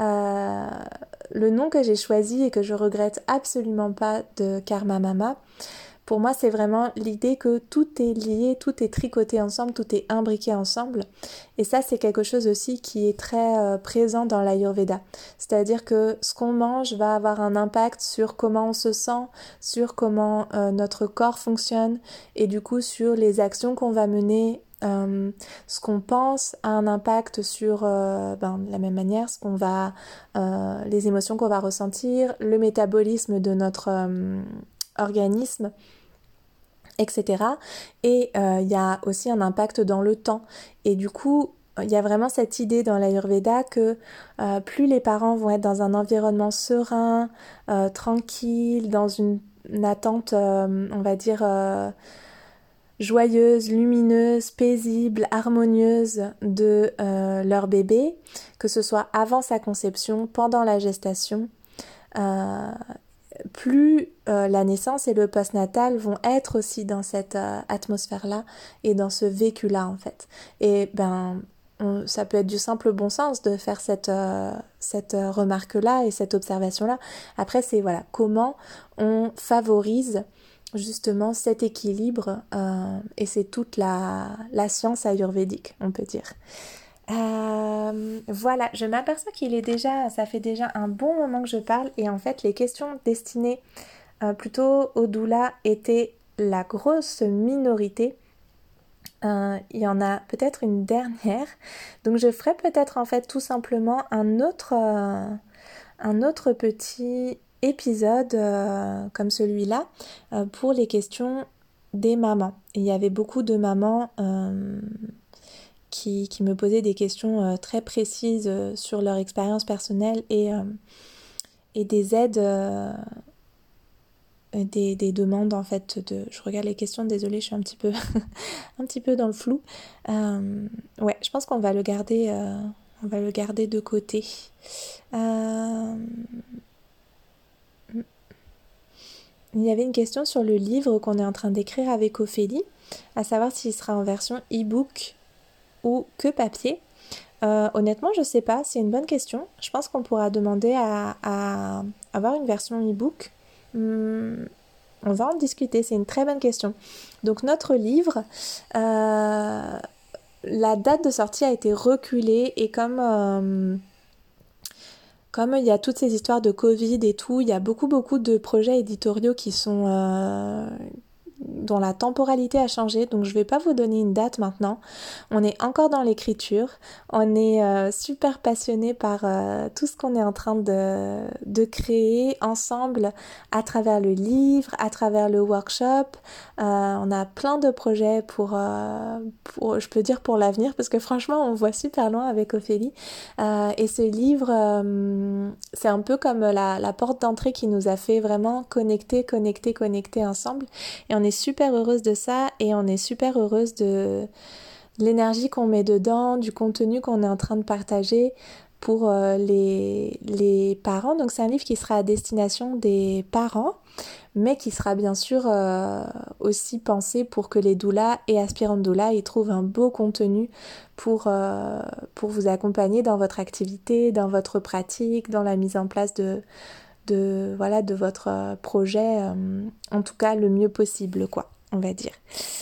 le nom que j'ai choisi et que je regrette absolument pas de Karma Mama, pour moi, c'est vraiment l'idée que tout est lié, tout est tricoté ensemble, tout est imbriqué ensemble. Et ça, c'est quelque chose aussi qui est très présent dans l'Ayurveda. C'est-à-dire que ce qu'on mange va avoir un impact sur comment on se sent, sur comment notre corps fonctionne, et du coup sur les actions qu'on va mener. Ce qu'on pense a un impact sur, de la même manière, les émotions qu'on va ressentir, le métabolisme de notre organisme, etc. Et il y a aussi un impact dans le temps. Et du coup, il y a vraiment cette idée dans l'Ayurveda que plus les parents vont être dans un environnement serein, tranquille, dans une attente, on va dire, joyeuse, lumineuse, paisible, harmonieuse de leur bébé, que ce soit avant sa conception, pendant la gestation, plus la naissance et le postnatal vont être aussi dans cette atmosphère-là et dans ce vécu-là en fait. Et ça peut être du simple bon sens de faire cette remarque-là et cette observation-là. Après, c'est voilà, comment on favorise justement cet équilibre et c'est toute la science ayurvédique, on peut dire. Voilà, je m'aperçois ça fait déjà un bon moment que je parle, et en fait les questions destinées plutôt au doula étaient la grosse minorité. Il y en a peut-être une dernière, donc je ferai peut-être en fait tout simplement un autre petit épisode comme celui-là pour les questions des mamans. Il y avait beaucoup de mamans qui me posaient des questions très précises sur leur expérience personnelle et des aides, des demandes en fait. Je regarde les questions, désolée, je suis un petit peu, un petit peu dans le flou. Ouais, je pense qu'on va le garder, de côté. Il y avait une question sur le livre qu'on est en train d'écrire avec Ophélie, à savoir s'il sera en version e-book ou que papier. Honnêtement, je sais pas, c'est une bonne question. Je pense qu'on pourra demander à avoir une version e-book. On va en discuter, c'est une très bonne question. Donc notre livre, la date de sortie a été reculée, et comme il y a toutes ces histoires de Covid et tout, il y a beaucoup de projets éditoriaux qui sont dont la temporalité a changé, donc je vais pas vous donner une date maintenant. On est encore dans l'écriture, on est super passionné par tout ce qu'on est en train de créer ensemble à travers le livre, à travers le workshop. On a plein de projets pour je peux dire pour l'avenir, parce que franchement on voit super loin avec Ophélie. Et ce livre, c'est un peu comme la porte d'entrée qui nous a fait vraiment connecter ensemble. Et on est super heureuse de ça, et on est super heureuse de l'énergie qu'on met dedans, du contenu qu'on est en train de partager pour les parents. Donc c'est un livre qui sera à destination des parents, mais qui sera bien sûr aussi pensé pour que les doulas et aspirantes doulas y trouvent un beau contenu pour vous accompagner dans votre activité, dans votre pratique, dans la mise en place de votre projet, en tout cas le mieux possible, quoi, on va dire.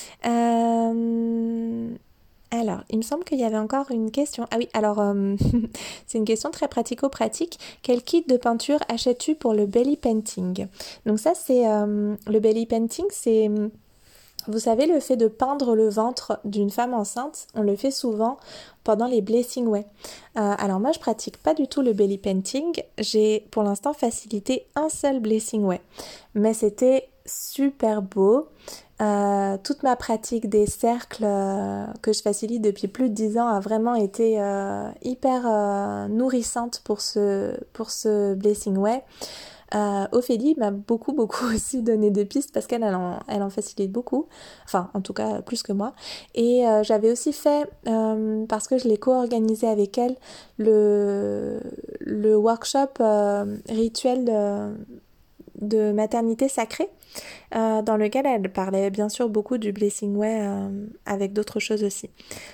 Alors, il me semble qu'il y avait encore une question. Ah oui, alors, c'est une question très pratico-pratique. Quel kit de peinture achètes-tu pour le belly painting? Donc ça, c'est le belly painting, c'est, vous savez, le fait de peindre le ventre d'une femme enceinte. On le fait souvent pendant les blessing way. Alors moi, je pratique pas du tout le belly painting. J'ai pour l'instant facilité un seul blessing way, mais c'était super beau. Toute ma pratique des cercles que je facilite depuis plus de 10 ans a vraiment été hyper nourrissante pour ce blessing way. Ophélie m'a beaucoup aussi donné des pistes parce qu'elle en facilite beaucoup, enfin en tout cas plus que moi. Et j'avais aussi fait, parce que je l'ai co-organisé avec elle, le workshop rituel de maternité sacrée, dans lequel elle parlait bien sûr beaucoup du blessing way avec d'autres choses aussi.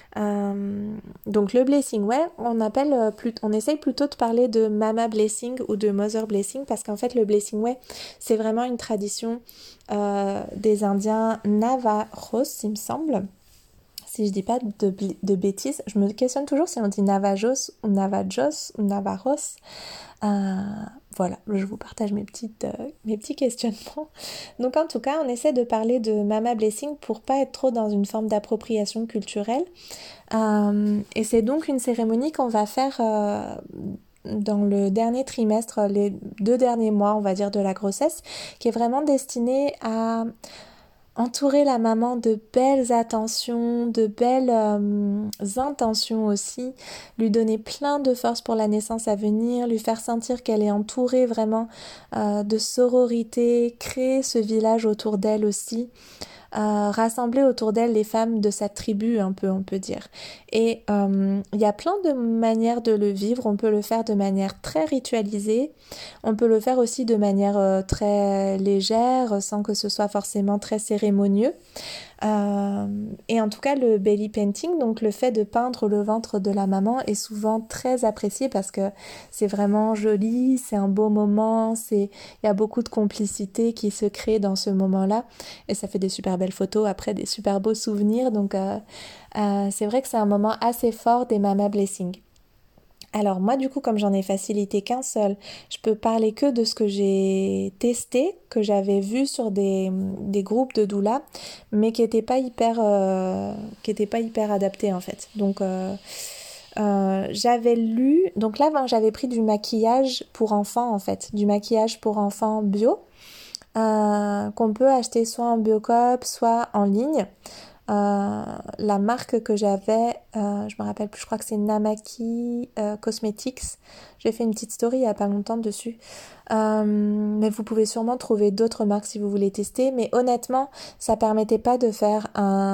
Donc le blessing way, on essaye plutôt de parler de mama blessing ou de mother blessing parce qu'en fait le blessing way c'est vraiment une tradition des Indiens Navajos, il me semble. Si je dis pas de bêtises, je me questionne toujours si on dit Navajos ou Navajos ou Navajos. Voilà, je vous partage mes petits questionnements. Donc en tout cas, on essaie de parler de Mama Blessing pour pas être trop dans une forme d'appropriation culturelle. Et c'est donc une cérémonie qu'on va faire dans le dernier trimestre, les 2 derniers mois, on va dire, de la grossesse, qui est vraiment destinée à entourer la maman de belles attentions, de belles intentions aussi, lui donner plein de force pour la naissance à venir, lui faire sentir qu'elle est entourée vraiment de sororité, créer ce village autour d'elle aussi. Rassembler autour d'elle les femmes de sa tribu un peu, on peut dire. Et il y a plein de manières de le vivre. On peut le faire de manière très ritualisée. On peut le faire aussi de manière très légère, sans que ce soit forcément très cérémonieux. Et en tout cas, le belly painting, donc le fait de peindre le ventre de la maman, est souvent très apprécié parce que c'est vraiment joli, c'est un beau moment, il y a beaucoup de complicité qui se crée dans ce moment-là et ça fait des super belles photos, après des super beaux souvenirs. Donc c'est vrai que c'est un moment assez fort des Mama Blessing. Alors moi du coup comme j'en ai facilité qu'un seul, je peux parler que de ce que j'ai testé, que j'avais vu sur des groupes de doula, mais qui n'étaient pas hyper adaptés en fait. Donc j'avais lu, donc là j'avais pris du maquillage pour enfants en fait, du maquillage pour enfants bio, qu'on peut acheter soit en Biocoop, soit en ligne. La marque que j'avais, je me rappelle plus, je crois que c'est Namaki Cosmetics. J'ai fait une petite story il y a pas longtemps dessus. Mais vous pouvez sûrement trouver d'autres marques si vous voulez tester. Mais honnêtement, ça permettait pas de faire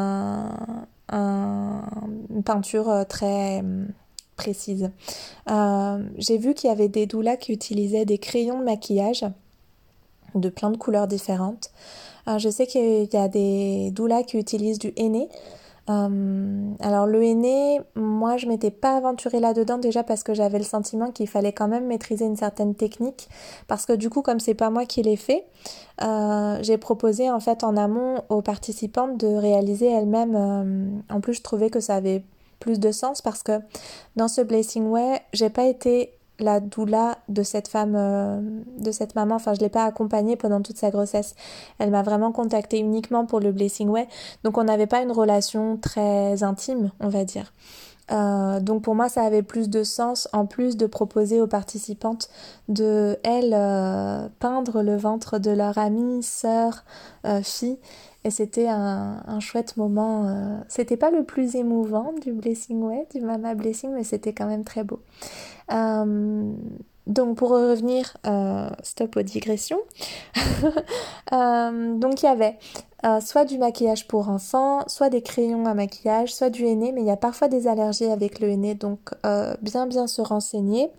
une peinture très précise. J'ai vu qu'il y avait des doulas qui utilisaient des crayons de maquillage de plein de couleurs différentes. Je sais qu'il y a des doulas qui utilisent du henné. Alors le henné, moi je m'étais pas aventurée là-dedans déjà parce que j'avais le sentiment qu'il fallait quand même maîtriser une certaine technique parce que du coup comme c'est pas moi qui l'ai fait, j'ai proposé en fait en amont aux participantes de réaliser elles-mêmes. En plus je trouvais que ça avait plus de sens parce que dans ce Blessing Way, j'ai pas été la doula de cette femme, de cette maman, enfin je l'ai pas accompagnée pendant toute sa grossesse. Elle m'a vraiment contactée uniquement pour le Blessing Way, donc on n'avait pas une relation très intime, on va dire. Donc pour moi ça avait plus de sens en plus de proposer aux participantes de peindre le ventre de leur amie, sœur, fille. Et c'était un chouette moment. C'était pas le plus émouvant du Blessing Way, du Mama Blessing, mais c'était quand même très beau. Donc pour revenir, stop aux digressions. Donc il y avait soit du maquillage pour enfants, soit des crayons à maquillage, soit du henné, mais il y a parfois des allergies avec le henné, donc bien se renseigner.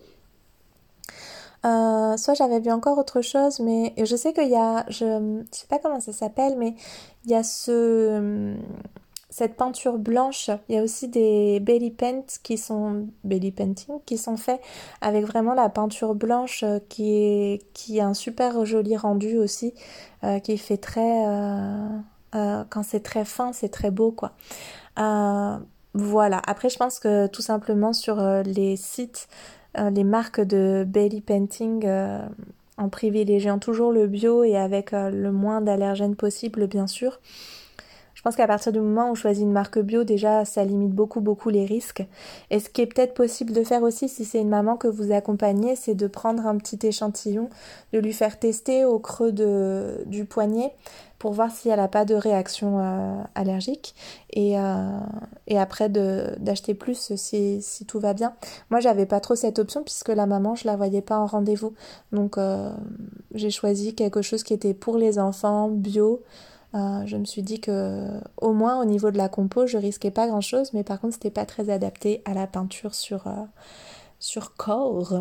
Soit j'avais vu encore autre chose, mais je sais qu'il y a, je sais pas comment ça s'appelle, mais il y a cette peinture blanche. Il y a aussi des belly painting qui sont faits avec vraiment la peinture blanche qui a un super joli rendu aussi, qui fait très, quand c'est très fin, c'est très beau quoi. Euh, voilà. Après, je pense que tout simplement sur les sites, les marques de belly painting, en privilégiant toujours le bio et avec le moins d'allergènes possible, bien sûr. Je pense qu'à partir du moment où on choisit une marque bio, déjà, ça limite beaucoup les risques. Et ce qui est peut-être possible de faire aussi, si c'est une maman que vous accompagnez, c'est de prendre un petit échantillon, de lui faire tester au creux du poignet pour voir si elle n'a pas de réaction allergique. Et après, d'acheter plus si tout va bien. Moi, j'avais pas trop cette option puisque la maman, je la voyais pas en rendez-vous. Donc, j'ai choisi quelque chose qui était pour les enfants, bio. Je me suis dit que au moins au niveau de la compo, je risquais pas grand-chose, mais par contre, c'était pas très adapté à la peinture sur corps.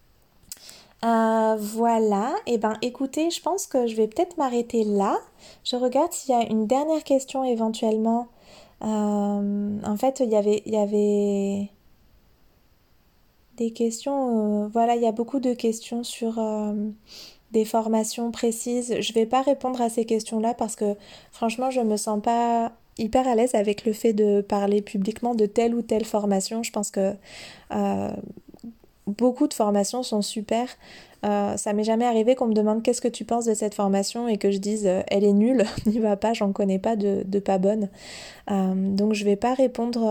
Voilà, et ben écoutez, je pense que je vais peut-être m'arrêter là. Je regarde s'il y a une dernière question éventuellement. En fait, il y avait des questions. Voilà, il y a beaucoup de questions sur des formations précises. Je vais pas répondre à ces questions-là parce que franchement, je me sens pas hyper à l'aise avec le fait de parler publiquement de telle ou telle formation. Je pense que euh, beaucoup de formations sont super. Ça m'est jamais arrivé qu'on me demande qu'est-ce que tu penses de cette formation et que je dise elle est nulle, n'y va pas, j'en connais pas de pas bonne. Donc je vais pas répondre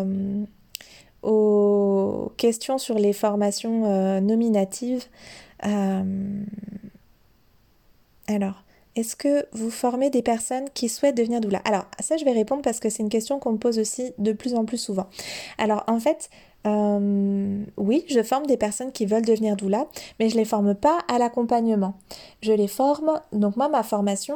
aux questions sur les formations nominatives. Euh, alors, est-ce que vous formez des personnes qui souhaitent devenir doula? Alors, ça, je vais répondre parce que c'est une question qu'on me pose aussi de plus en plus souvent. Alors, en fait, oui, je forme des personnes qui veulent devenir doula, mais je les forme pas à l'accompagnement. Je les forme, donc moi, ma formation,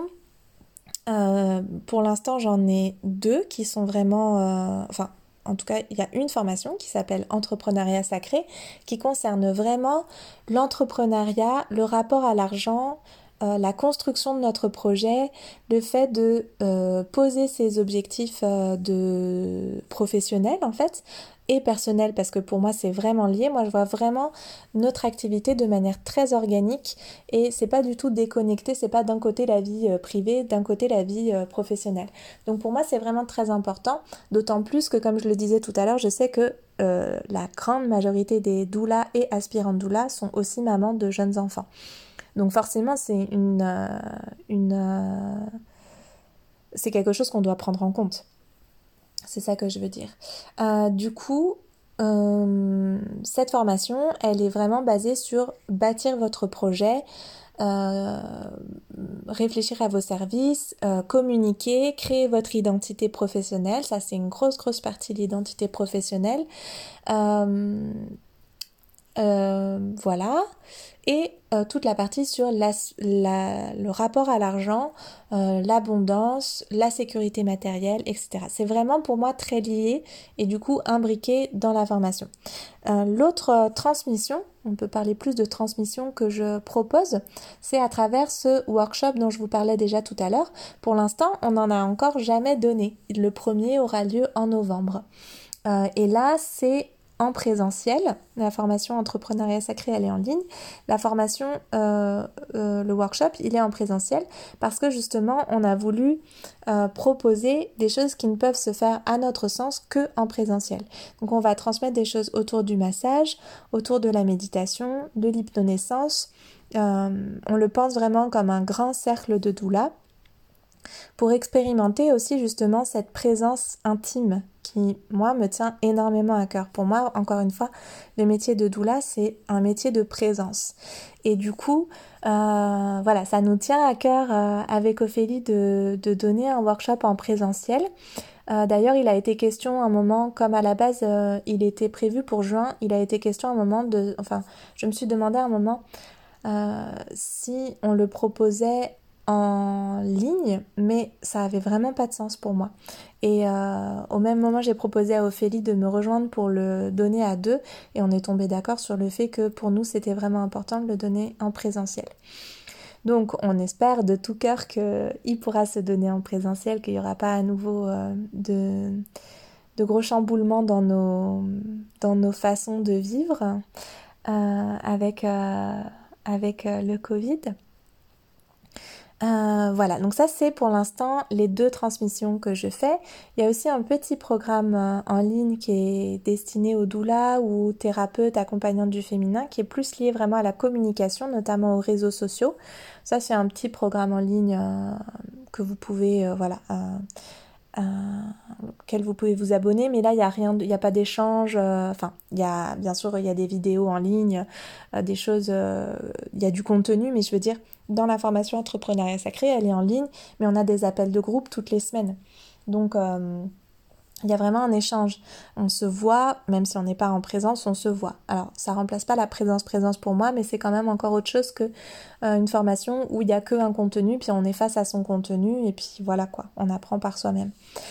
pour l'instant, j'en ai deux qui sont vraiment, enfin, en tout cas, il y a une formation qui s'appelle Entrepreneuriat sacré, qui concerne vraiment l'entrepreneuriat, le rapport à l'argent, la construction de notre projet, le fait de poser ses objectifs de professionnels en fait et personnels parce que pour moi c'est vraiment lié. Moi je vois vraiment notre activité de manière très organique et c'est pas du tout déconnecté, c'est pas d'un côté la vie privée, d'un côté la vie professionnelle. Donc pour moi c'est vraiment très important, d'autant plus que comme je le disais tout à l'heure, je sais que la grande majorité des doulas et aspirantes doulas sont aussi mamans de jeunes enfants. Donc forcément, c'est quelque chose qu'on doit prendre en compte. C'est ça que je veux dire. Du coup, cette formation, elle est vraiment basée sur bâtir votre projet, euh, réfléchir à vos services, communiquer, créer votre identité professionnelle. Ça, c'est une grosse partie de l'identité professionnelle. Euh, voilà. Et toute la partie sur le rapport à l'argent, l'abondance, la sécurité matérielle, etc. C'est vraiment pour moi très lié et du coup imbriqué dans la formation. L'autre transmission, on peut parler plus de transmission que je propose, c'est à travers ce workshop dont je vous parlais déjà tout à l'heure. Pour l'instant, on n'en a encore jamais donné. Le premier aura lieu en novembre. Et là, c'est en présentiel. La formation Entrepreneuriat Sacré, elle est en ligne. La formation, le workshop, il est en présentiel parce que justement, on a voulu proposer des choses qui ne peuvent se faire à notre sens que en présentiel. Donc, on va transmettre des choses autour du massage, autour de la méditation, de l'hypnonaissance. On le pense vraiment comme un grand cercle de doula pour expérimenter aussi justement cette présence intime qui, moi, me tient énormément à cœur. Pour moi, encore une fois, le métier de doula, c'est un métier de présence. Et du coup, voilà, ça nous tient à cœur avec Ophélie de donner un workshop en présentiel. D'ailleurs, il a été question un moment, comme à la base, il était prévu pour juin, il a été question un moment je me suis demandé un moment si on le proposait en ligne, mais ça avait vraiment pas de sens pour moi. Et au même moment, j'ai proposé à Ophélie de me rejoindre pour le donner à deux, et on est tombé d'accord sur le fait que pour nous, c'était vraiment important de le donner en présentiel. Donc on espère de tout cœur qu'il pourra se donner en présentiel, qu'il n'y aura pas à nouveau de gros chamboulements dans nos façons de vivre avec le Covid. Voilà, donc ça c'est pour l'instant les 2 transmissions que je fais. Il y a aussi un petit programme en ligne qui est destiné aux doulas ou thérapeutes accompagnantes du féminin, qui est plus lié vraiment à la communication, notamment aux réseaux sociaux. Ça c'est un petit programme en ligne que vous pouvez auquel vous pouvez vous abonner, mais là il y a rien, il y a pas d'échange. Il y a bien sûr il y a des vidéos en ligne, des choses, il y a du contenu, mais je veux dire dans la formation entrepreneuriat sacré, elle est en ligne, mais on a des appels de groupe toutes les semaines. Donc il y a vraiment un échange. On se voit, même si on n'est pas en présence, on se voit. Alors, ça remplace pas la présence pour moi, mais c'est quand même encore autre chose que une formation où il n'y a que un contenu, puis on est face à son contenu, et puis voilà quoi, on apprend par soi-même.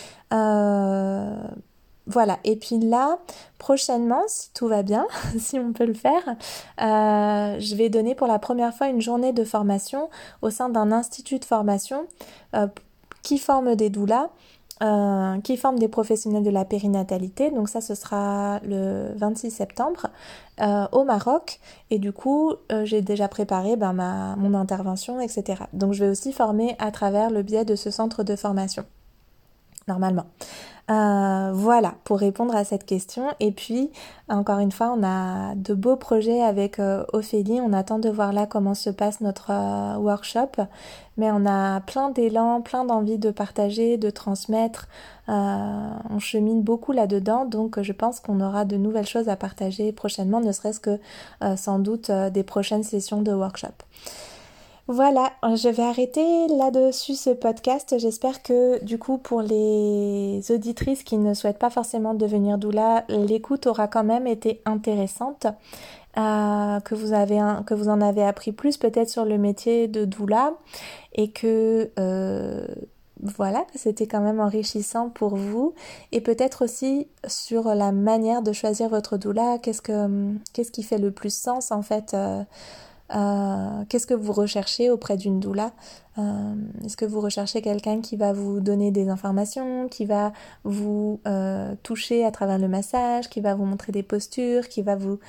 Voilà, et puis là, prochainement, si tout va bien, si on peut le faire, je vais donner pour la première fois une journée de formation au sein d'un institut de formation qui forme des doulas, qui forment des professionnels de la périnatalité. Donc ça, ce sera le 26 septembre au Maroc. Et du coup, j'ai déjà préparé mon intervention, etc. Donc je vais aussi former à travers le biais de ce centre de formation, normalement. Voilà, pour répondre à cette question. Et puis, encore une fois, on a de beaux projets avec Ophélie. On attend de voir là comment se passe notre workshop. Mais on a plein d'élan, plein d'envie de partager, de transmettre. On chemine beaucoup là-dedans. Donc, je pense qu'on aura de nouvelles choses à partager prochainement, ne serait-ce que sans doute des prochaines sessions de workshop. Voilà, je vais arrêter là-dessus ce podcast. J'espère que du coup pour les auditrices qui ne souhaitent pas forcément devenir doula, l'écoute aura quand même été intéressante, que vous en avez appris plus peut-être sur le métier de doula et que voilà, que c'était quand même enrichissant pour vous et peut-être aussi sur la manière de choisir votre doula. Qu'est-ce qui fait le plus sens en fait qu'est-ce que vous recherchez auprès d'une doula? Est-ce que vous recherchez quelqu'un qui va vous donner des informations, qui va vous toucher à travers le massage, qui va vous montrer des postures, qui va vous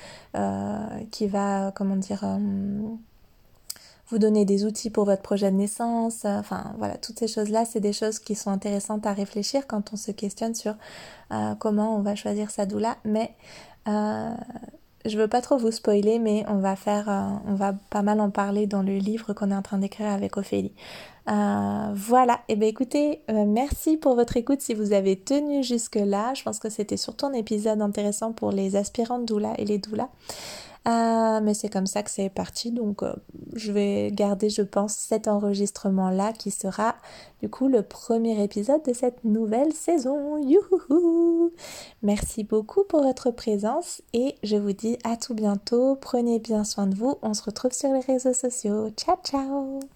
donner des outils pour votre projet de naissance? Voilà, toutes ces choses-là, c'est des choses qui sont intéressantes à réfléchir quand on se questionne sur comment on va choisir sa doula, mais je veux pas trop vous spoiler, mais on va pas mal en parler dans le livre qu'on est en train d'écrire avec Ophélie. Voilà, et bien écoutez, merci pour votre écoute si vous avez tenu jusque-là. Je pense que c'était surtout un épisode intéressant pour les aspirantes doula et les doulas. Mais c'est comme ça que c'est parti, donc je vais garder, je pense, cet enregistrement-là qui sera du coup le premier épisode de cette nouvelle saison. Youhou! Merci beaucoup pour votre présence et je vous dis à tout bientôt. Prenez bien soin de vous. On se retrouve sur les réseaux sociaux. Ciao, ciao!